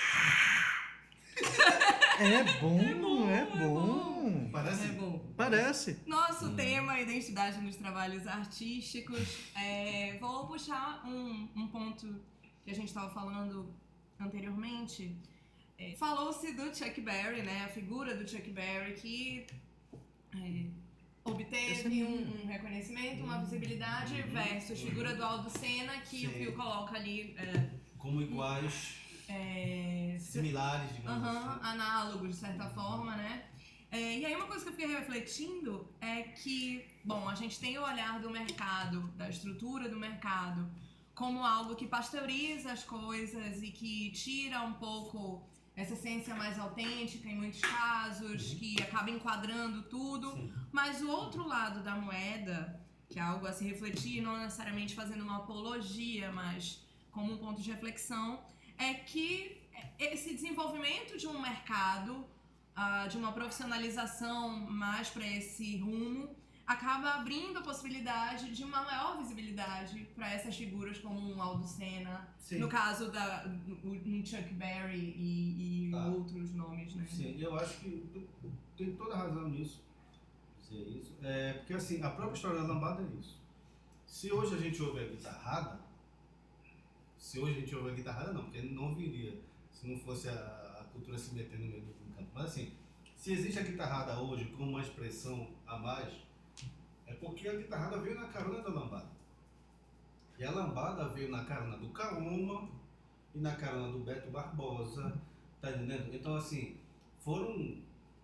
É bom, é bom. Parece? É bom. Parece. Nosso tema, identidade nos trabalhos artísticos. É, vou puxar um, um ponto que a gente estava falando anteriormente. É, falou-se do Chuck Berry, né? A figura do Chuck Berry que é, obteve um, um reconhecimento, uma visibilidade versus figura do Aldo Senna que o Sim. Pio coloca ali é, Como iguais, é, similares, digamos Aham, assim. análogos, de certa forma, né? É, e aí uma coisa que eu fiquei refletindo é que, bom, a gente tem o olhar do mercado, da estrutura do mercado, como algo que pasteuriza as coisas e que tira um pouco essa essência mais autêntica em muitos casos, que acaba enquadrando tudo. Sim. Mas o outro lado da moeda, que é algo a se refletir, não necessariamente fazendo uma apologia, mas como um ponto de reflexão, é que esse desenvolvimento de um mercado, uh, de uma profissionalização mais para esse rumo, acaba abrindo a possibilidade de uma maior visibilidade para essas figuras como um Aldo Senna, Sim. no caso da um Chuck Berry e, e Tá. outros nomes, né? Sim, eu acho que tu- tu tem toda a razão nisso. Dizer isso. É, porque assim, a própria história da lambada é isso. Se hoje a gente ouve a guitarrada, se hoje a gente ouve a guitarrada, não, porque não ouviria se não fosse a, a cultura se meter no meio do campo. Mas assim, se existe a guitarrada hoje como uma expressão a mais, é porque a guitarrada veio na carona da lambada. E a lambada veio na carona do Kaoma e na carona do Beto Barbosa, tá entendendo? Então assim, foram,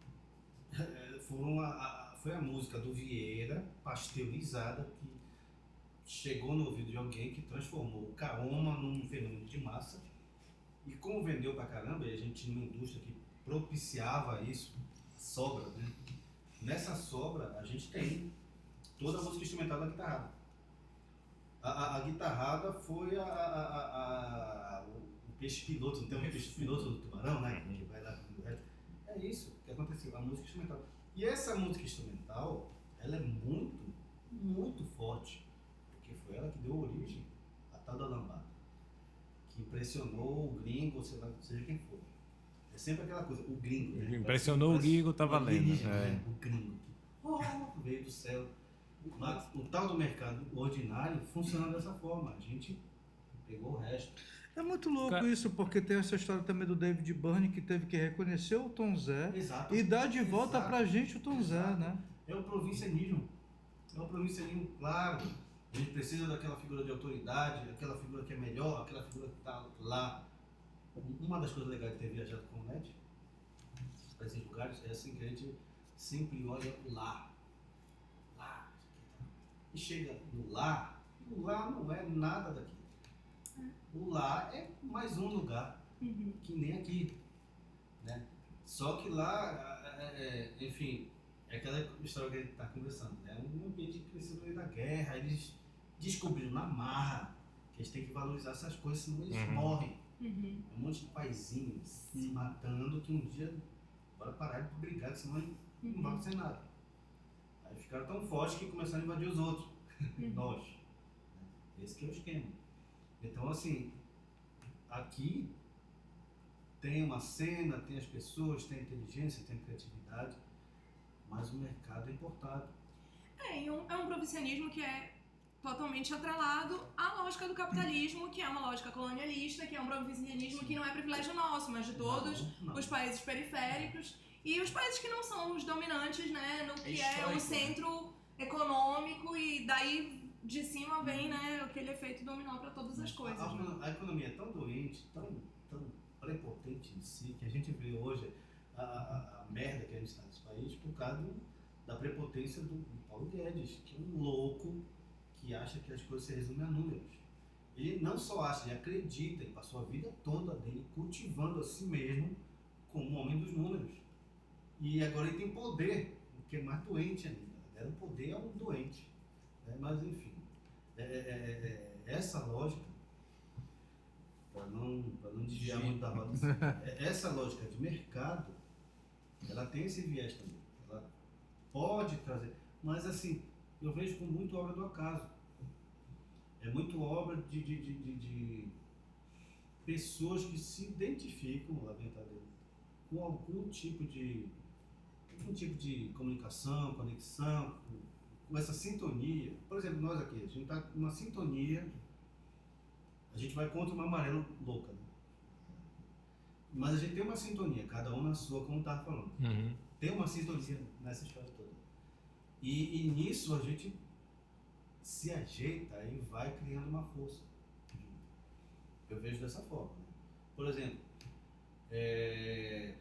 foram a, a, foi a música do Vieira, pasteurizada, que chegou no ouvido de alguém que transformou o Kaoma num fenômeno de massa. E como vendeu pra caramba, e a gente tinha uma indústria que propiciava isso, sobra, né? Nessa sobra, a gente tem toda a música instrumental da guitarrada. A, a, a guitarrada foi a, a, a, a, o, o peixe piloto, não tem um peixe piloto do tubarão, né? Que vai lá no reto. É isso que aconteceu, a música instrumental. E essa música instrumental, ela é muito, muito forte, porque foi ela que deu origem à tal da lambada, que impressionou o gringo, sei lá, seja quem for. É sempre aquela coisa, o gringo, né? Impressionou o gringo, tá valendo. É. Né? O gringo, oh, veio do céu. Mas o tal do mercado ordinário funciona dessa forma, a gente pegou o resto. É muito louco Ca- isso, porque tem essa história também do David Byrne, que teve que reconhecer o Tom Zé Exato. e dar de volta Exato. pra gente o Tom Zé, Exato. né? É o provincianismo. É o provincianismo, claro. A gente precisa daquela figura de autoridade, aquela figura que é melhor, aquela figura que está lá. Uma das coisas legais de ter viajado com o Net para esses lugares é assim que a gente sempre olha lá. Lá. E chega no lá, e o lá não é nada daquilo. O lá é mais um lugar, Uhum. que nem aqui, né? Só que lá, é, é, enfim, é aquela história que a gente está conversando, né? Um ambiente que cresceu no meio da guerra, eles descobriram na marra que eles têm que valorizar essas coisas, senão eles Uhum. morrem. Uhum. Um monte de paizinhos se matando que um dia bora parar de brigar, que senão não vai acontecer nada. Aí ficaram tão fortes que começaram a invadir os outros, nós. Esse que é o esquema. Então, assim, aqui tem uma cena, tem as pessoas, tem a inteligência, tem a criatividade, mas o mercado é importado. É, e um, é um provincianismo que é totalmente atrelado à lógica do capitalismo, que é uma lógica colonialista, que é um provincianismo que não é privilégio nosso, mas de todos Não, não. os países periféricos e os países que não são os dominantes, né, no que é, o histórico, centro econômico, e daí de cima vem, né, aquele efeito dominó para todas as coisas. A, né? a, a economia é tão doente, tão, tão prepotente em si, que a gente vê hoje a, a, a merda que a gente está nesse país por causa do, da prepotência do, do Paulo Guedes, que é um louco que acha que as coisas se resumem a números. Ele não só acha, ele acredita, ele passou a vida toda dele cultivando a si mesmo como um homem dos números. E agora ele tem poder, o que é mais doente ainda. O poder é um doente. Né? Mas enfim, é, é, é, é, essa lógica, para não, pra não desviar muito da roda, é, essa lógica de mercado, ela tem esse viés também. Ela pode trazer, mas assim, eu vejo como muito obra do acaso. É muito obra de, de, de, de, de pessoas que se identificam, lamentavelmente, com algum tipo de algum tipo de comunicação, conexão, com, com essa sintonia. Por exemplo, nós aqui, a gente está numa sintonia, a gente vai contra uma maré louca, né? Mas a gente tem uma sintonia, cada um na sua, como estava falando. Uhum. Tem uma sintonia nessa história toda. E, e nisso a gente se ajeita e vai criando uma força. Eu vejo dessa forma. Né? Por exemplo, é...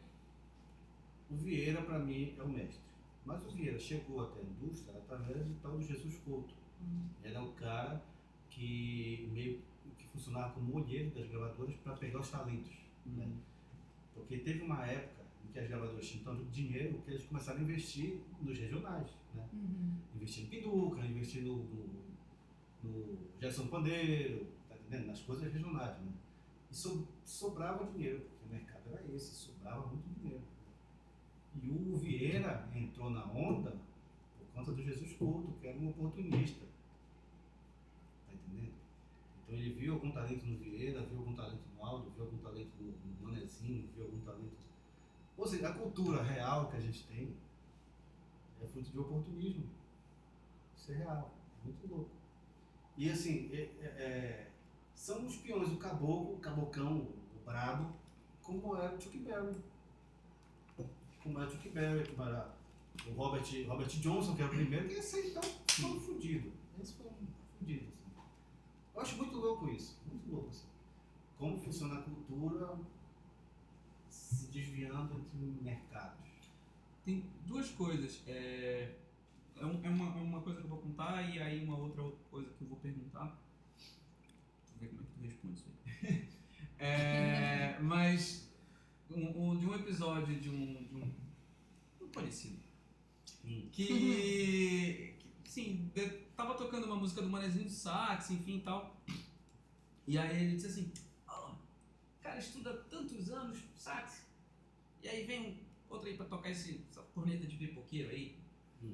o Vieira para mim é o mestre. Mas o Vieira chegou até a indústria através do tal do Jesus Couto. Uhum. Ele é o cara que meio que funcionava como olheiro das gravadoras para pegar os talentos. Uhum. Né? Porque teve uma época em que as gravadoras tinham tanto dinheiro que eles começaram a investir nos regionais. Né? Uhum. Investir no Pinduca, investir no, no, no Gerson Pandeiro, tá entendendo? Nas coisas regionais. Né? E so, sobrava dinheiro, porque o mercado era esse, sobrava muito dinheiro. E o Vieira entrou na onda por conta do Jesus Couto, que era um oportunista. Tá entendendo? Então ele viu algum talento no Vieira, viu algum talento no Aldo, viu algum talento no, no Manezinho, viu algum talento... Ou seja, a cultura real que a gente tem é fruto de oportunismo. Isso é real, é muito louco. E assim, é, é, são os peões, o caboclo, o cabocão, o brabo, como era o Chuck Berry. Como era o Chuck Berry, como era o Robert, Robert Johnson, que era o primeiro, que esse aí tá todo fudido. Esse foi um fudido, assim. Eu acho muito louco isso, muito louco, assim. Como funciona a cultura se desviando entre mercados. Tem duas coisas. É, é, um- é uma, é uma coisa que eu vou contar e aí uma outra coisa que eu vou perguntar. Deixa eu ver como é que tu responde isso aí. É, mas um, um- de um episódio de um, de um, um conhecido Hum. que, que sim, de- tava tocando uma música do Manezinho do Sax, enfim e tal. E aí ele disse assim: "Ó, o cara estuda tantos anos sax, e aí vem um outro aí pra tocar esse, essa corneta de pipoqueiro aí." Hum.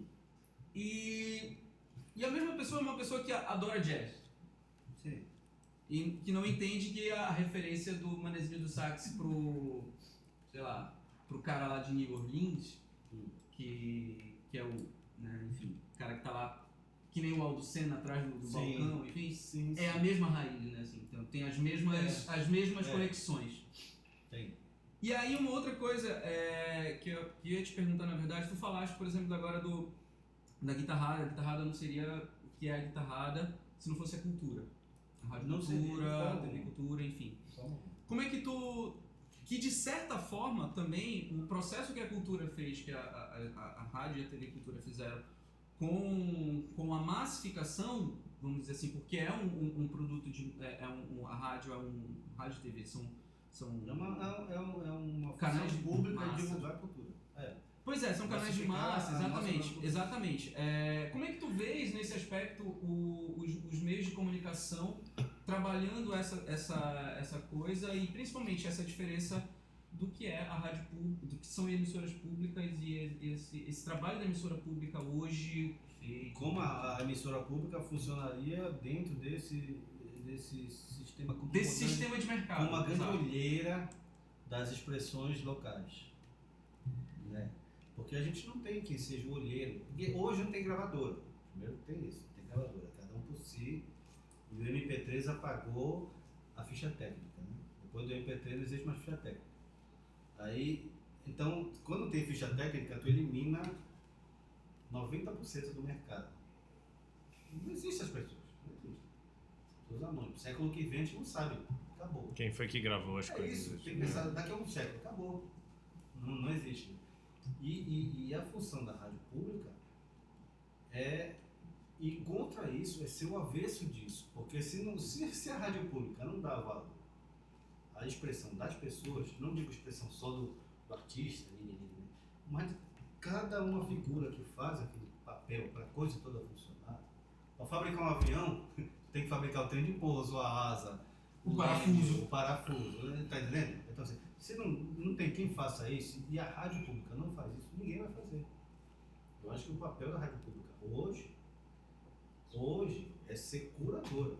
E, e a mesma pessoa é uma pessoa que a- adora jazz. Sim. E que não entende que a referência do Manezinho do Sax pro, sei lá, pro cara lá de New Orleans, Hum. que, que é o, né, enfim, o cara que tá lá, que nem o Aldo Senna atrás do, do Sim. balcão, enfim, Sim, é a mesma raiz, né, assim, então tem as mesmas, as mesmas É. conexões. Tem. E aí uma outra coisa é, que eu que eu ia te perguntar, na verdade, tu falaste, por exemplo, agora do, da guitarrada. A guitarrada não seria o que é a guitarrada se não fosse a cultura. A rádio Não seria, cultura, de a forma T V alguma. cultura, enfim. Só um- Como é que tu... Que de certa forma também, o processo que a cultura fez, que a, a, a, a rádio e a T V Cultura fizeram com, com a massificação, vamos dizer assim, porque é um, um, um produto de... É, é um, um- a rádio é um... Rádio e T V são... são É uma, é, um- é uma Canais função de pública massa. de divulgar a cultura. É. Pois é, são canais de Massificar massa, a nossa exatamente, cultura. exatamente. É, como é que tu vês nesse aspecto o- os, os meios de comunicação trabalhando essa, essa, essa coisa e principalmente essa diferença do que é a rádio pública, do que são emissoras públicas e esse, esse trabalho da emissora pública hoje E como a, a emissora pública funcionaria dentro desse, desse sistema como desse uma sistema de mercado. grande, como uma exato. gandolheira das expressões locais, né? Porque a gente não tem quem seja o olheiro, porque hoje não tem gravadora. Primeiro tem isso, não tem gravadora, cada um por si. E o M P três apagou a ficha técnica, né? Depois do M P três não existe mais ficha técnica. Aí, então, quando tem ficha técnica, tu elimina noventa por cento do mercado. Não existe as pessoas, não existe. Os anônimos. Século que vem a gente não sabe, acabou. Quem foi que gravou as É coisas? isso, tem que pensar, daqui a um século, acabou. Não, não existe. E, e, e a função da rádio pública é ir contra isso, é ser o avesso disso. Porque se, não, se, se a rádio pública não dá valor à expressão das pessoas, não digo expressão só do, do artista, mas de cada uma figura que faz aquele papel para a coisa toda funcionar. Para fabricar um avião, tem que fabricar o trem de pouso, a asa, O parafuso. o parafuso, né? Tá entendendo? Então, assim, se não, não tem quem faça isso e a rádio pública não faz isso, ninguém vai fazer. Eu acho que o papel da rádio pública hoje, hoje é ser curadora.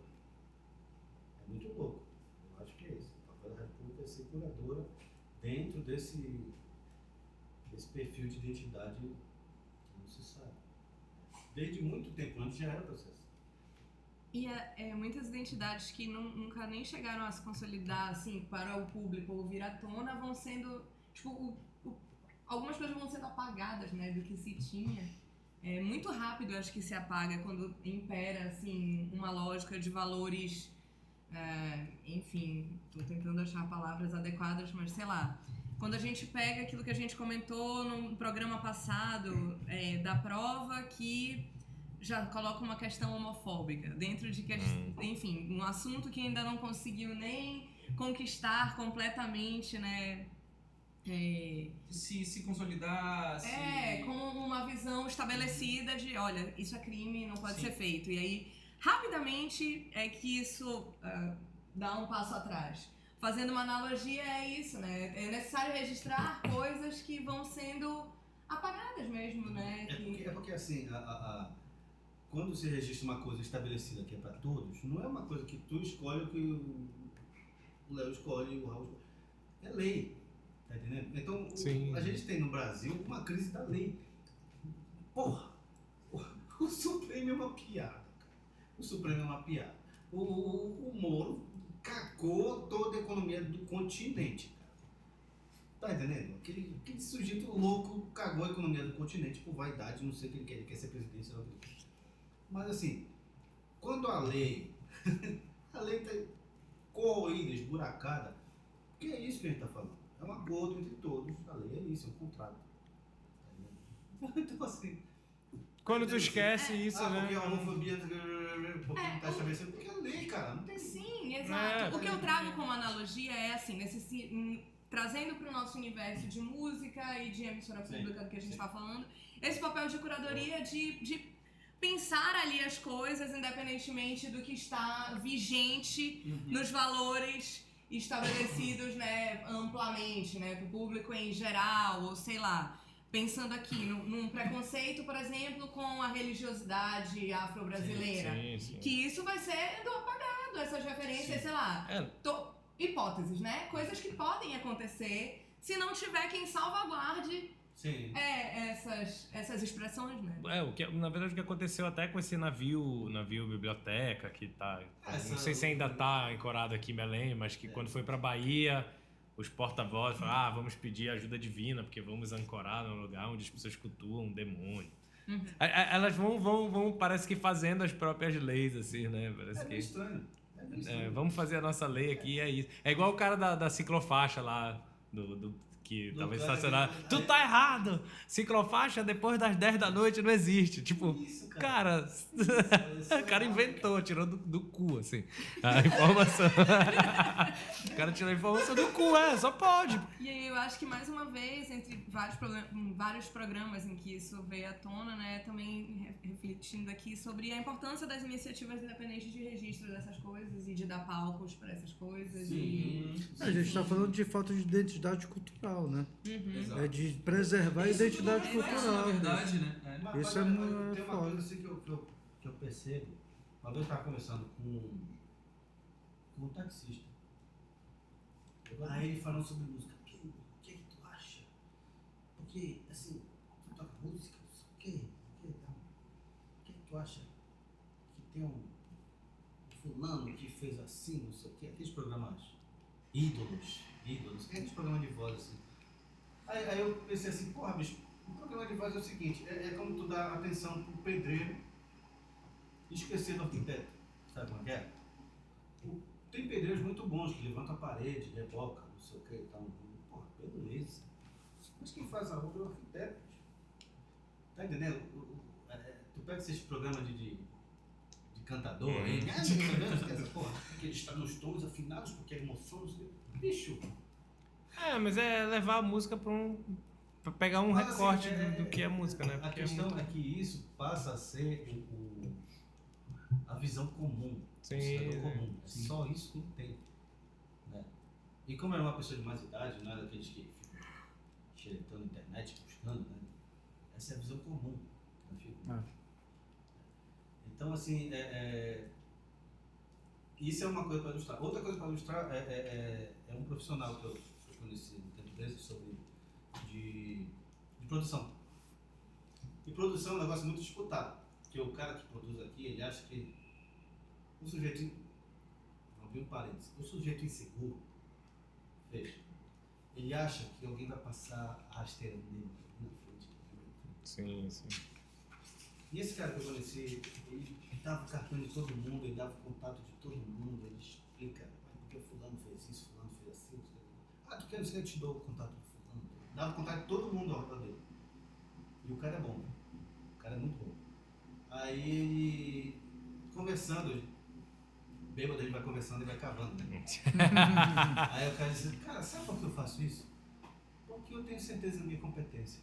É muito louco. Eu acho que é isso. O papel da rádio pública é ser curadora dentro desse, desse perfil de identidade que não se sabe. Desde muito tempo antes já era processo. E é, é, muitas identidades que não- nunca nem chegaram a se consolidar assim para o público ou vir à tona vão sendo, tipo, o- o- algumas coisas vão sendo apagadas, né, do que se tinha. É muito rápido, eu acho que se apaga quando impera assim uma lógica de valores, é, enfim, tô tentando achar palavras adequadas, mas sei lá. Quando a gente pega aquilo que a gente comentou no programa passado, é, da prova que já coloca uma questão homofóbica dentro de que, enfim, um assunto que ainda não conseguiu nem conquistar completamente, né? É, Se, se consolidar, se... é, com uma visão estabelecida de, olha, isso é crime, não pode Sim. ser feito. E aí, rapidamente, é que isso ah, dá um passo atrás. Fazendo uma analogia, é isso, né? É necessário registrar coisas que vão sendo apagadas mesmo, né? É Que- porque, é porque assim, a, a, a- quando se registra uma coisa estabelecida que é para todos, não é uma coisa que tu escolhe o que o o Léo escolhe, o Raul escolhe. É lei, tá entendendo? Então, o- Sim. a gente tem no Brasil uma crise da lei. Porra, o, o Supremo é uma piada, cara. O Supremo é uma piada. O, o, o Moro cagou toda a economia do continente. Tá entendendo? Aquele, aquele sujeito louco cagou a economia do continente por vaidade, não sei o que ele quer, ele quer ser presidente, sei lá o que ele quer. Mas assim, quando a lei, a lei tá corroída, esburacada, porque é isso que a gente tá falando. É um acordo entre todos, a lei é isso, é um contrato. Tá entendendo? Então assim... Quando tu esquece isso, ah, né? porque a homofobia porque não tá estabelecendo, porque é lei, cara, não tem... Sim, exato. É. O que eu trago como analogia é assim, nesse, ci- hum, trazendo para o nosso universo de música e de emissora Sim, pública que a gente sim. está falando, esse papel de curadoria de, de pensar ali as coisas independentemente do que está vigente Uhum. nos valores estabelecidos, né, amplamente, né, para o público em geral, ou sei lá, pensando aqui num, num preconceito, por exemplo, com a religiosidade afro-brasileira. Sim, sim. Que isso vai sendo apagado, essas referências, Sim. sei lá, É, to- hipóteses, né? Coisas que podem acontecer se não tiver quem salvaguarde Sim. é, essas, essas expressões, né? É, o que, na verdade o que aconteceu até com esse navio, navio biblioteca, que tá, Essa- não sei se ainda tá ancorado aqui em Belém, mas que quando foi pra Bahia, os porta-vozes falaram, ah, vamos pedir ajuda divina, porque vamos ancorar num lugar onde as pessoas cultuam um demônio. Uhum. A- a- Elas vão, vão, vão, parece que fazendo as próprias leis, assim, né? Parece É bem que... estranho. É bem É, estranho. vamos fazer a nossa lei aqui e é isso. É igual o cara da, da ciclofaixa lá, do, do- que Do tava cara estacionado. que- Tu tá errado! Ciclofaixa depois das dez da noite não existe. Tipo, Isso, cara. cara, Isso é o cara errado, inventou, tirou do, do cu, assim, a informação. O cara tirou a informação do cu, é, só pode. E aí eu acho que mais uma vez, entre vários, progra- em vários programas em que isso veio à tona, né, também re- refletindo aqui sobre a importância das iniciativas independentes de registro dessas coisas e de dar palcos para essas coisas. E... A gente está falando de falta de identidade cultural, né? Uhum. Exato. É de preservar a Isso tudo identidade reflete, cultural. na verdade, né? É. Mas, Isso mas, é mas mu- tem uma foda. coisa assim que eu, que, eu, que eu percebo. Uma vez eu estava conversando com, com um taxista. Aí ele falando sobre música. O que, o que que tu acha? Porque, assim, tu toca música, não sei o quê, o que, tal. O que que tu acha que tem um fulano que fez assim, não sei o quê? Aqueles programas ídolos, ídolos, aqueles programas de voz assim. Aí, aí eu pensei assim, porra, bicho, o programa de voz é o seguinte, é, é como tu dar atenção pro pedreiro e esquecer do arquiteto, sabe como é que é? O- Tem pedreiros muito bons que levantam a parede, reboca, não sei o que e tal. Porra, beleza. Mas quem faz a obra é o arquiteto. Tá entendendo? O- o- é, tu pega esses programas de, de, de cantador aí, ah, de cantador, essa porra, que eles estão nos tons afinados porque a emoção, não sei o quê. Bicho, É, mas é levar a música pra um... pra pegar um mas, assim, recorte é- do, do que é música, né? A Porque é questão muito... é que isso passa a ser o, o- a visão comum. Sim, o cidadão é. comum. É só isso que ele tem. Né? E como era uma pessoa de mais idade, não é daqueles que ficam xeretando na internet, buscando, né? Essa é a visão comum. Né, filho? Ah. Então, assim, é, é, isso é uma coisa para ilustrar. Outra coisa para ilustrar é, é, é, é um profissional que eu, que eu conheci no tempo desse sobre de, de produção. E produção é um negócio muito disputado. Porque o cara que produz aqui, ele acha que o sujeito, vou abrir um parênteses, o sujeito inseguro, veja, ele acha que alguém vai passar a rasteira nele na frente. Sim, sim. E esse cara que eu conheci, ele dava o cartão de todo mundo, ele dava o contato de todo mundo, ele explica, "Ah, porque fulano fez isso, fulano fez assim, não sei o quê. Ah, tu quer dizer que eu te dou o contato do fulano? Dava o contato de todo mundo ao redor dele. E o cara é bom, o cara é muito bom. Aí ele, conversando, bêbado, a gente vai conversando e vai cavando, né? Aí o cara disse, cara, sabe por que eu faço isso? Porque eu tenho certeza da minha competência.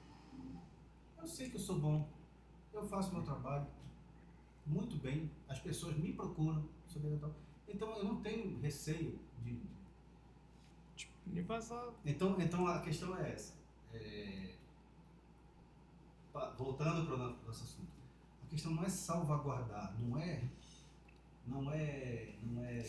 Eu sei que eu sou bom, eu faço meu trabalho muito bem, as pessoas me procuram sobre tal. Então eu não tenho receio de... De passar... Então, então a questão é essa. É, pa- Voltando para o nosso assunto. A questão não é salvaguardar, não é... Não é... Não é...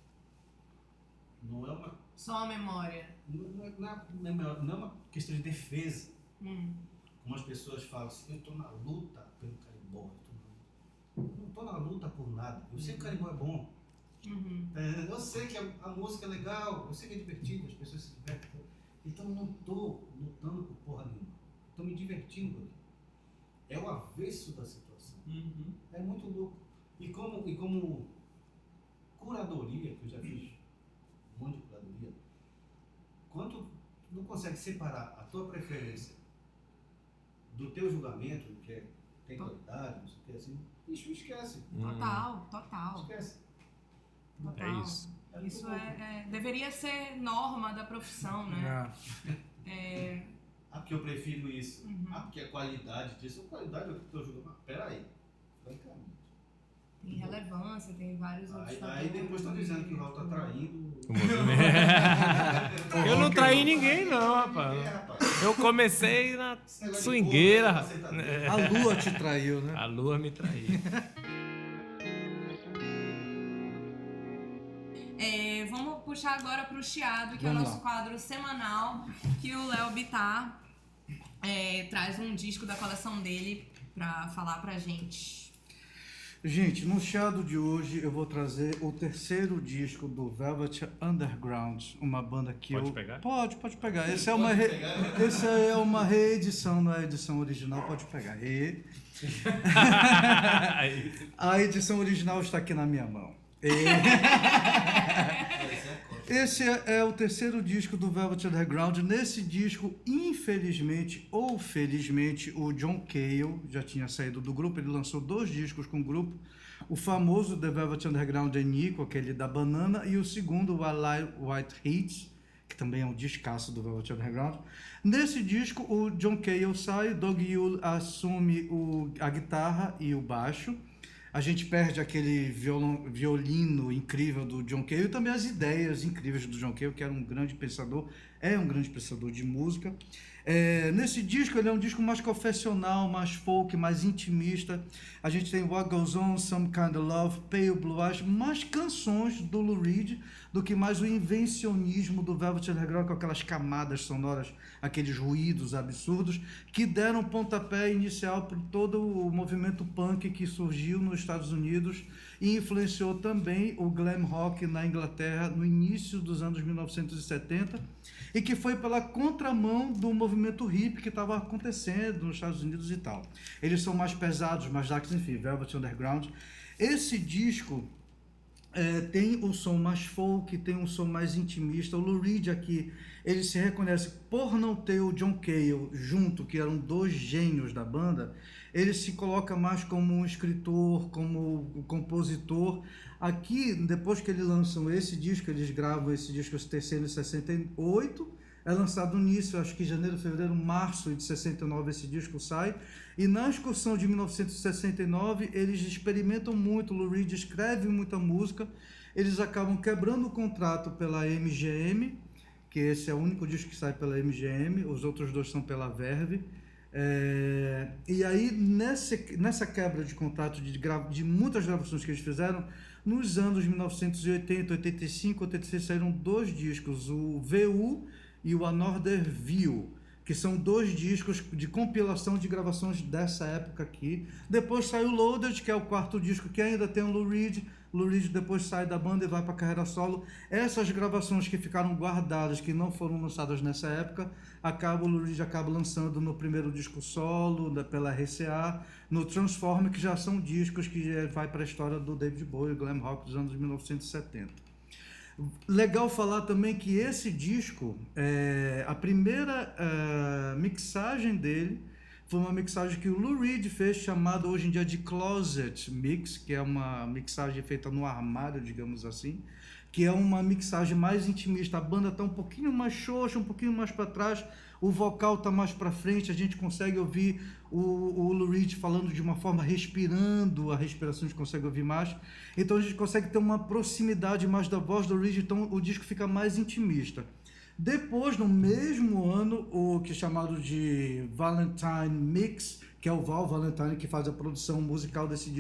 Não é uma... Só a memória. Não é, não é, não é uma questão de defesa. Hum. Como as pessoas falam assim, eu estou na luta pelo carimbó. Eu tô na- não estou na luta por nada. Eu sei que o carimbó é bom. Uhum. Tá entendendo? Eu sei que a, a música é legal, eu sei que é divertido, as pessoas se divertem. Então eu não tô lutando por porra nenhuma. Tô me divertindo aqui. É o avesso da situação. Uhum. É muito louco. E como, e como curadoria, que eu já fiz um monte de curadoria, quando tu não consegue separar a tua preferência do teu julgamento, que é, tem qualidade, não sei o que, assim, bicho, esquece. Total, total. Esquece. total. É isso. É Isso muito é, louco. é- deveria ser norma da profissão, né? É, Ah, porque eu prefiro isso. Uhum. Ah, porque a qualidade disso, a qualidade do teu julgamento. Mas peraí, francamente. tem relevância, tem vários outros Aí, aí depois estão dizendo que o Raul tá traindo. O movimento. Eu não traí ninguém, não, rapaz. É, rapaz. Eu comecei na Esse negócio de swingueira. porra, você tá doido. A lua te traiu, né? A lua me traiu. É, vamos puxar agora para o Chiado, que é o Vamos nosso lá. quadro semanal, que o Léo Bittar é, traz um disco da coleção dele para falar pra gente. Gente, no Chiado de hoje eu vou trazer o terceiro disco do Velvet Underground, uma banda que Pode eu... pegar? Pode, pode pegar. Essa é Pode uma, re... pegar. Essa é uma reedição, não é a edição original, pode pegar. Re... Aí, A edição original está aqui na minha mão. E- Esse é, é o terceiro disco do Velvet Underground. Nesse disco, infelizmente ou felizmente, o John Cale já tinha saído do grupo. Ele lançou dois discos com o grupo. O famoso The Velvet Underground é Nico, aquele da banana, e o segundo, o Alive White Heat, que também é um discaço do Velvet Underground. Nesse disco, o John Cale sai, Doug Yule assume o, a guitarra e o baixo. A gente perde aquele violão, violino incrível do John Cale e também as ideias incríveis do John Cale, que era um grande pensador, é um grande pensador de música. É, nesse disco, ele é um disco mais confessional, mais folk, mais intimista. A gente tem What Goes On, Some Kind of Love, Pale Blue Eyes, mais canções do Lou Reed do que mais o invencionismo do Velvet Underground, com aquelas camadas sonoras, aqueles ruídos absurdos, que deram pontapé inicial para todo o movimento punk que surgiu nos Estados Unidos e influenciou também o glam rock na Inglaterra no início dos anos mil novecentos e setenta, e que foi pela contramão do movimento hippie que estava acontecendo nos Estados Unidos e tal. Eles são mais pesados, mais darks, enfim, Velvet Underground. Esse disco é, tem um som mais folk, tem um som mais intimista. O Lou Reed aqui, ele se reconhece por não ter o John Cale junto, que eram dois gênios da banda, ele se coloca mais como um escritor, como um compositor. Aqui, depois que eles lançam esse disco, eles gravam esse disco, esse terceiro, em sessenta e oito, é lançado nisso, acho que janeiro, fevereiro, março de sessenta e nove esse disco sai, e na excursão de mil novecentos e sessenta e nove eles experimentam muito, o Lou Reed escreve muita música, eles acabam quebrando o contrato pela M G M, que esse é o único disco que sai pela M G M, os outros dois são pela Verve. É, e aí nessa, nessa quebra de contrato de, gra, de muitas gravações que eles fizeram, nos anos mil novecentos e oitenta, oitenta e cinco, oitenta e seis saíram dois discos, o V U e o Another View, que são dois discos de compilação de gravações dessa época aqui. Depois saiu o Loaded, que é o quarto disco que ainda tem o Lou Reed. Lou Reed depois sai da banda e vai para a carreira solo. Essas gravações que ficaram guardadas, que não foram lançadas nessa época, acaba, o Lou Reed acaba lançando no primeiro disco solo, da, pela R C A, no Transform, que já são discos que vai para a história do David Bowie, glam rock dos anos mil novecentos e setenta. Legal falar também que esse disco, é, a primeira é, mixagem dele foi uma mixagem que o Lou Reed fez, chamada hoje em dia de Closet Mix, que é uma mixagem feita no armário, digamos assim, que é uma mixagem mais intimista. A banda está um pouquinho mais xoxa, um pouquinho mais para trás, o vocal está mais para frente, a gente consegue ouvir o, o Lou Reed falando de uma forma, respirando, a respiração a gente consegue ouvir mais, então a gente consegue ter uma proximidade mais da voz do Reed, então o disco fica mais intimista. Depois, no mesmo ano, o que é chamado de Valentine Mix, que é o Val Valentine que faz a produção musical desse disco,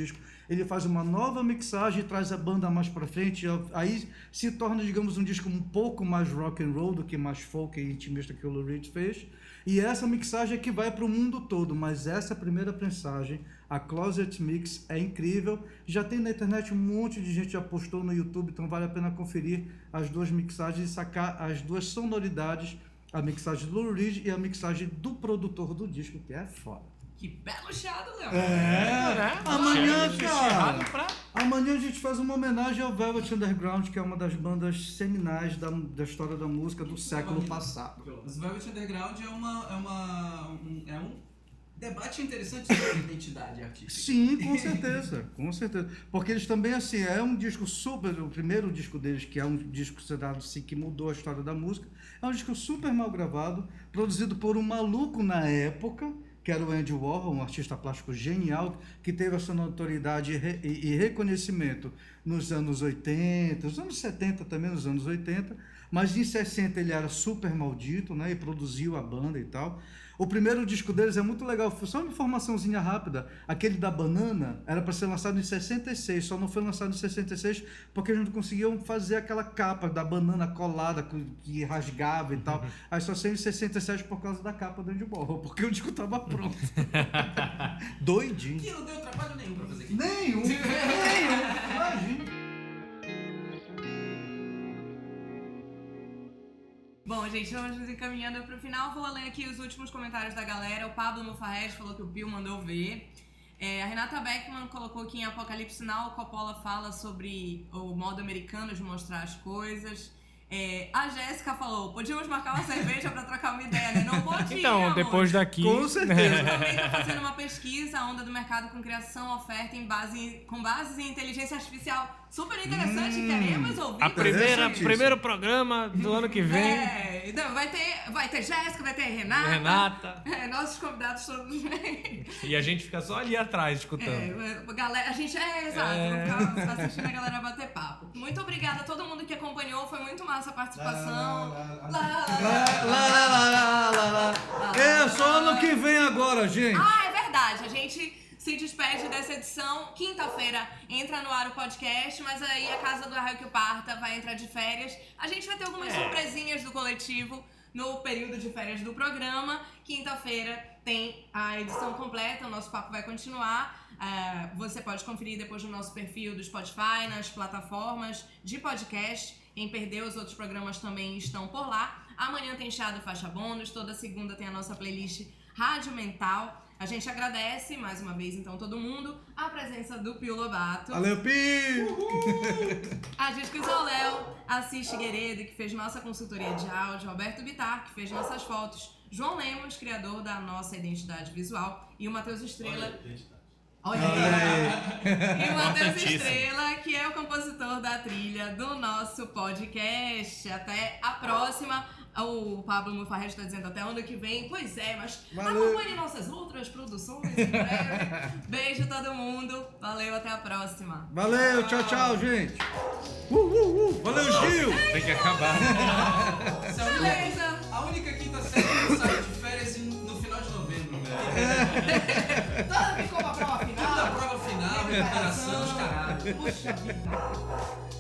ele faz uma nova mixagem e traz a banda mais pra frente, aí se torna, digamos, um disco um pouco mais rock and roll do que mais folk e intimista que o Lou Reed fez. E essa mixagem é que vai para o mundo todo, mas essa primeira prensagem, a Closet Mix, é incrível. Já tem na internet, um monte de gente já postou no YouTube, então vale a pena conferir as duas mixagens e sacar as duas sonoridades, a mixagem do Lou Reed e a mixagem do produtor do disco, que é foda. Que belo chiado, Léo. É, né? amanhã, Chega, cara, chiado pra- amanhã a gente faz uma homenagem ao Velvet Underground, que é uma das bandas seminais da, da história da música do século passado. Os Velvet Underground é uma, é uma um, é um debate interessante sobre identidade artística. Sim, com certeza, com certeza. Porque eles também, assim, é um disco super, o primeiro disco deles, que é um disco considerado assim, que mudou a história da música, é um disco super mal gravado, produzido por um maluco na época, que era o Andy Warhol, um artista plástico genial, que teve a sua notoriedade e, re, e, e reconhecimento nos anos oitenta, nos anos setenta também, nos anos oitenta, mas em sessenta ele era super maldito, né, e produziu a banda e tal. O primeiro disco deles é muito legal, só uma informaçãozinha rápida, aquele da Banana era para ser lançado em sessenta e seis, só não foi lançado em sessenta e seis porque eles não conseguiam fazer aquela capa da banana colada que rasgava e tal, aí só saiu em sessenta e sete por causa da capa do Andy Warhol, porque o disco estava pronto. Doidinho. Que não deu trabalho nenhum pra fazer aqui. Nenhum, nenhum, imagina. Bom, gente, vamos nos encaminhando para o final. Vou ler aqui os últimos comentários da galera. O Pablo Mufarrez falou que o Pio mandou ver. É, a Renata Beckman colocou que em Apocalipse Now, o Coppola fala sobre o modo americano de mostrar as coisas. É, a Jéssica falou, podíamos marcar uma cerveja para trocar uma ideia, né? Não podíamos. Então, depois daqui... Com certeza. Eu também estou fazendo uma pesquisa, a onda do mercado com criação, oferta em base, com bases em inteligência artificial. Super interessante, Hum, queremos ouvir. A primeira, Interessantíssimo. primeiro programa do ano que vem. É, então vai ter, vai ter Jéssica, vai ter Renata. Renata. É, nossos convidados todos. E a gente fica só ali atrás escutando. É, a galera, a gente é exato, É. no caso, tá assistindo a galera bater papo. Muito obrigada a todo mundo que acompanhou, foi muito massa a participação. Lá, lá, lá, Lá, lá, Lá, lá, lá, lá, lá, lá. É só ano que vem agora, gente. Ah, é verdade. A gente se despede dessa edição. Quinta-feira entra no ar o podcast, mas aí a Casa do Arraio que Parta vai entrar de férias. A gente vai ter algumas É. surpresinhas do coletivo no período de férias do programa. Quinta-feira tem a edição completa, o nosso papo vai continuar. Uh, você pode conferir depois no nosso perfil do Spotify, nas plataformas de podcast. Quem perdeu, os outros programas também estão por lá. Amanhã tem chá do Faixa Bônus, toda segunda tem a nossa playlist Rádio Mental. A gente agradece, mais uma vez, então, todo mundo, a presença do Pio Lobato. Valeu, Pio! A Discos ao Léo, a Cis Figueiredo, que fez nossa consultoria de áudio, Alberto Bittar, que fez nossas fotos, João Lemos, criador da nossa identidade visual, e o Matheus Estrela. Olha, identidade. Olha Olha aí. E o Matheus Importantíssimo. Estrela, que é o compositor da trilha do nosso podcast. Até a próxima. O Pablo Mufarrez está dizendo até ano que vem. Pois é, mas Valeu. acompanhe nossas outras produções em breve. Beijo todo mundo. Valeu, até a próxima. Valeu, tchau, tchau, gente. Uh, uh, uh. Valeu, Gil! Tem que acabar. Essa é a única, Beleza. a única quinta série que sai de férias em- no final de novembro, velho. Toda ficou pra prova Tudo da final. prova final, recuperação, os caralho. Puxa vida.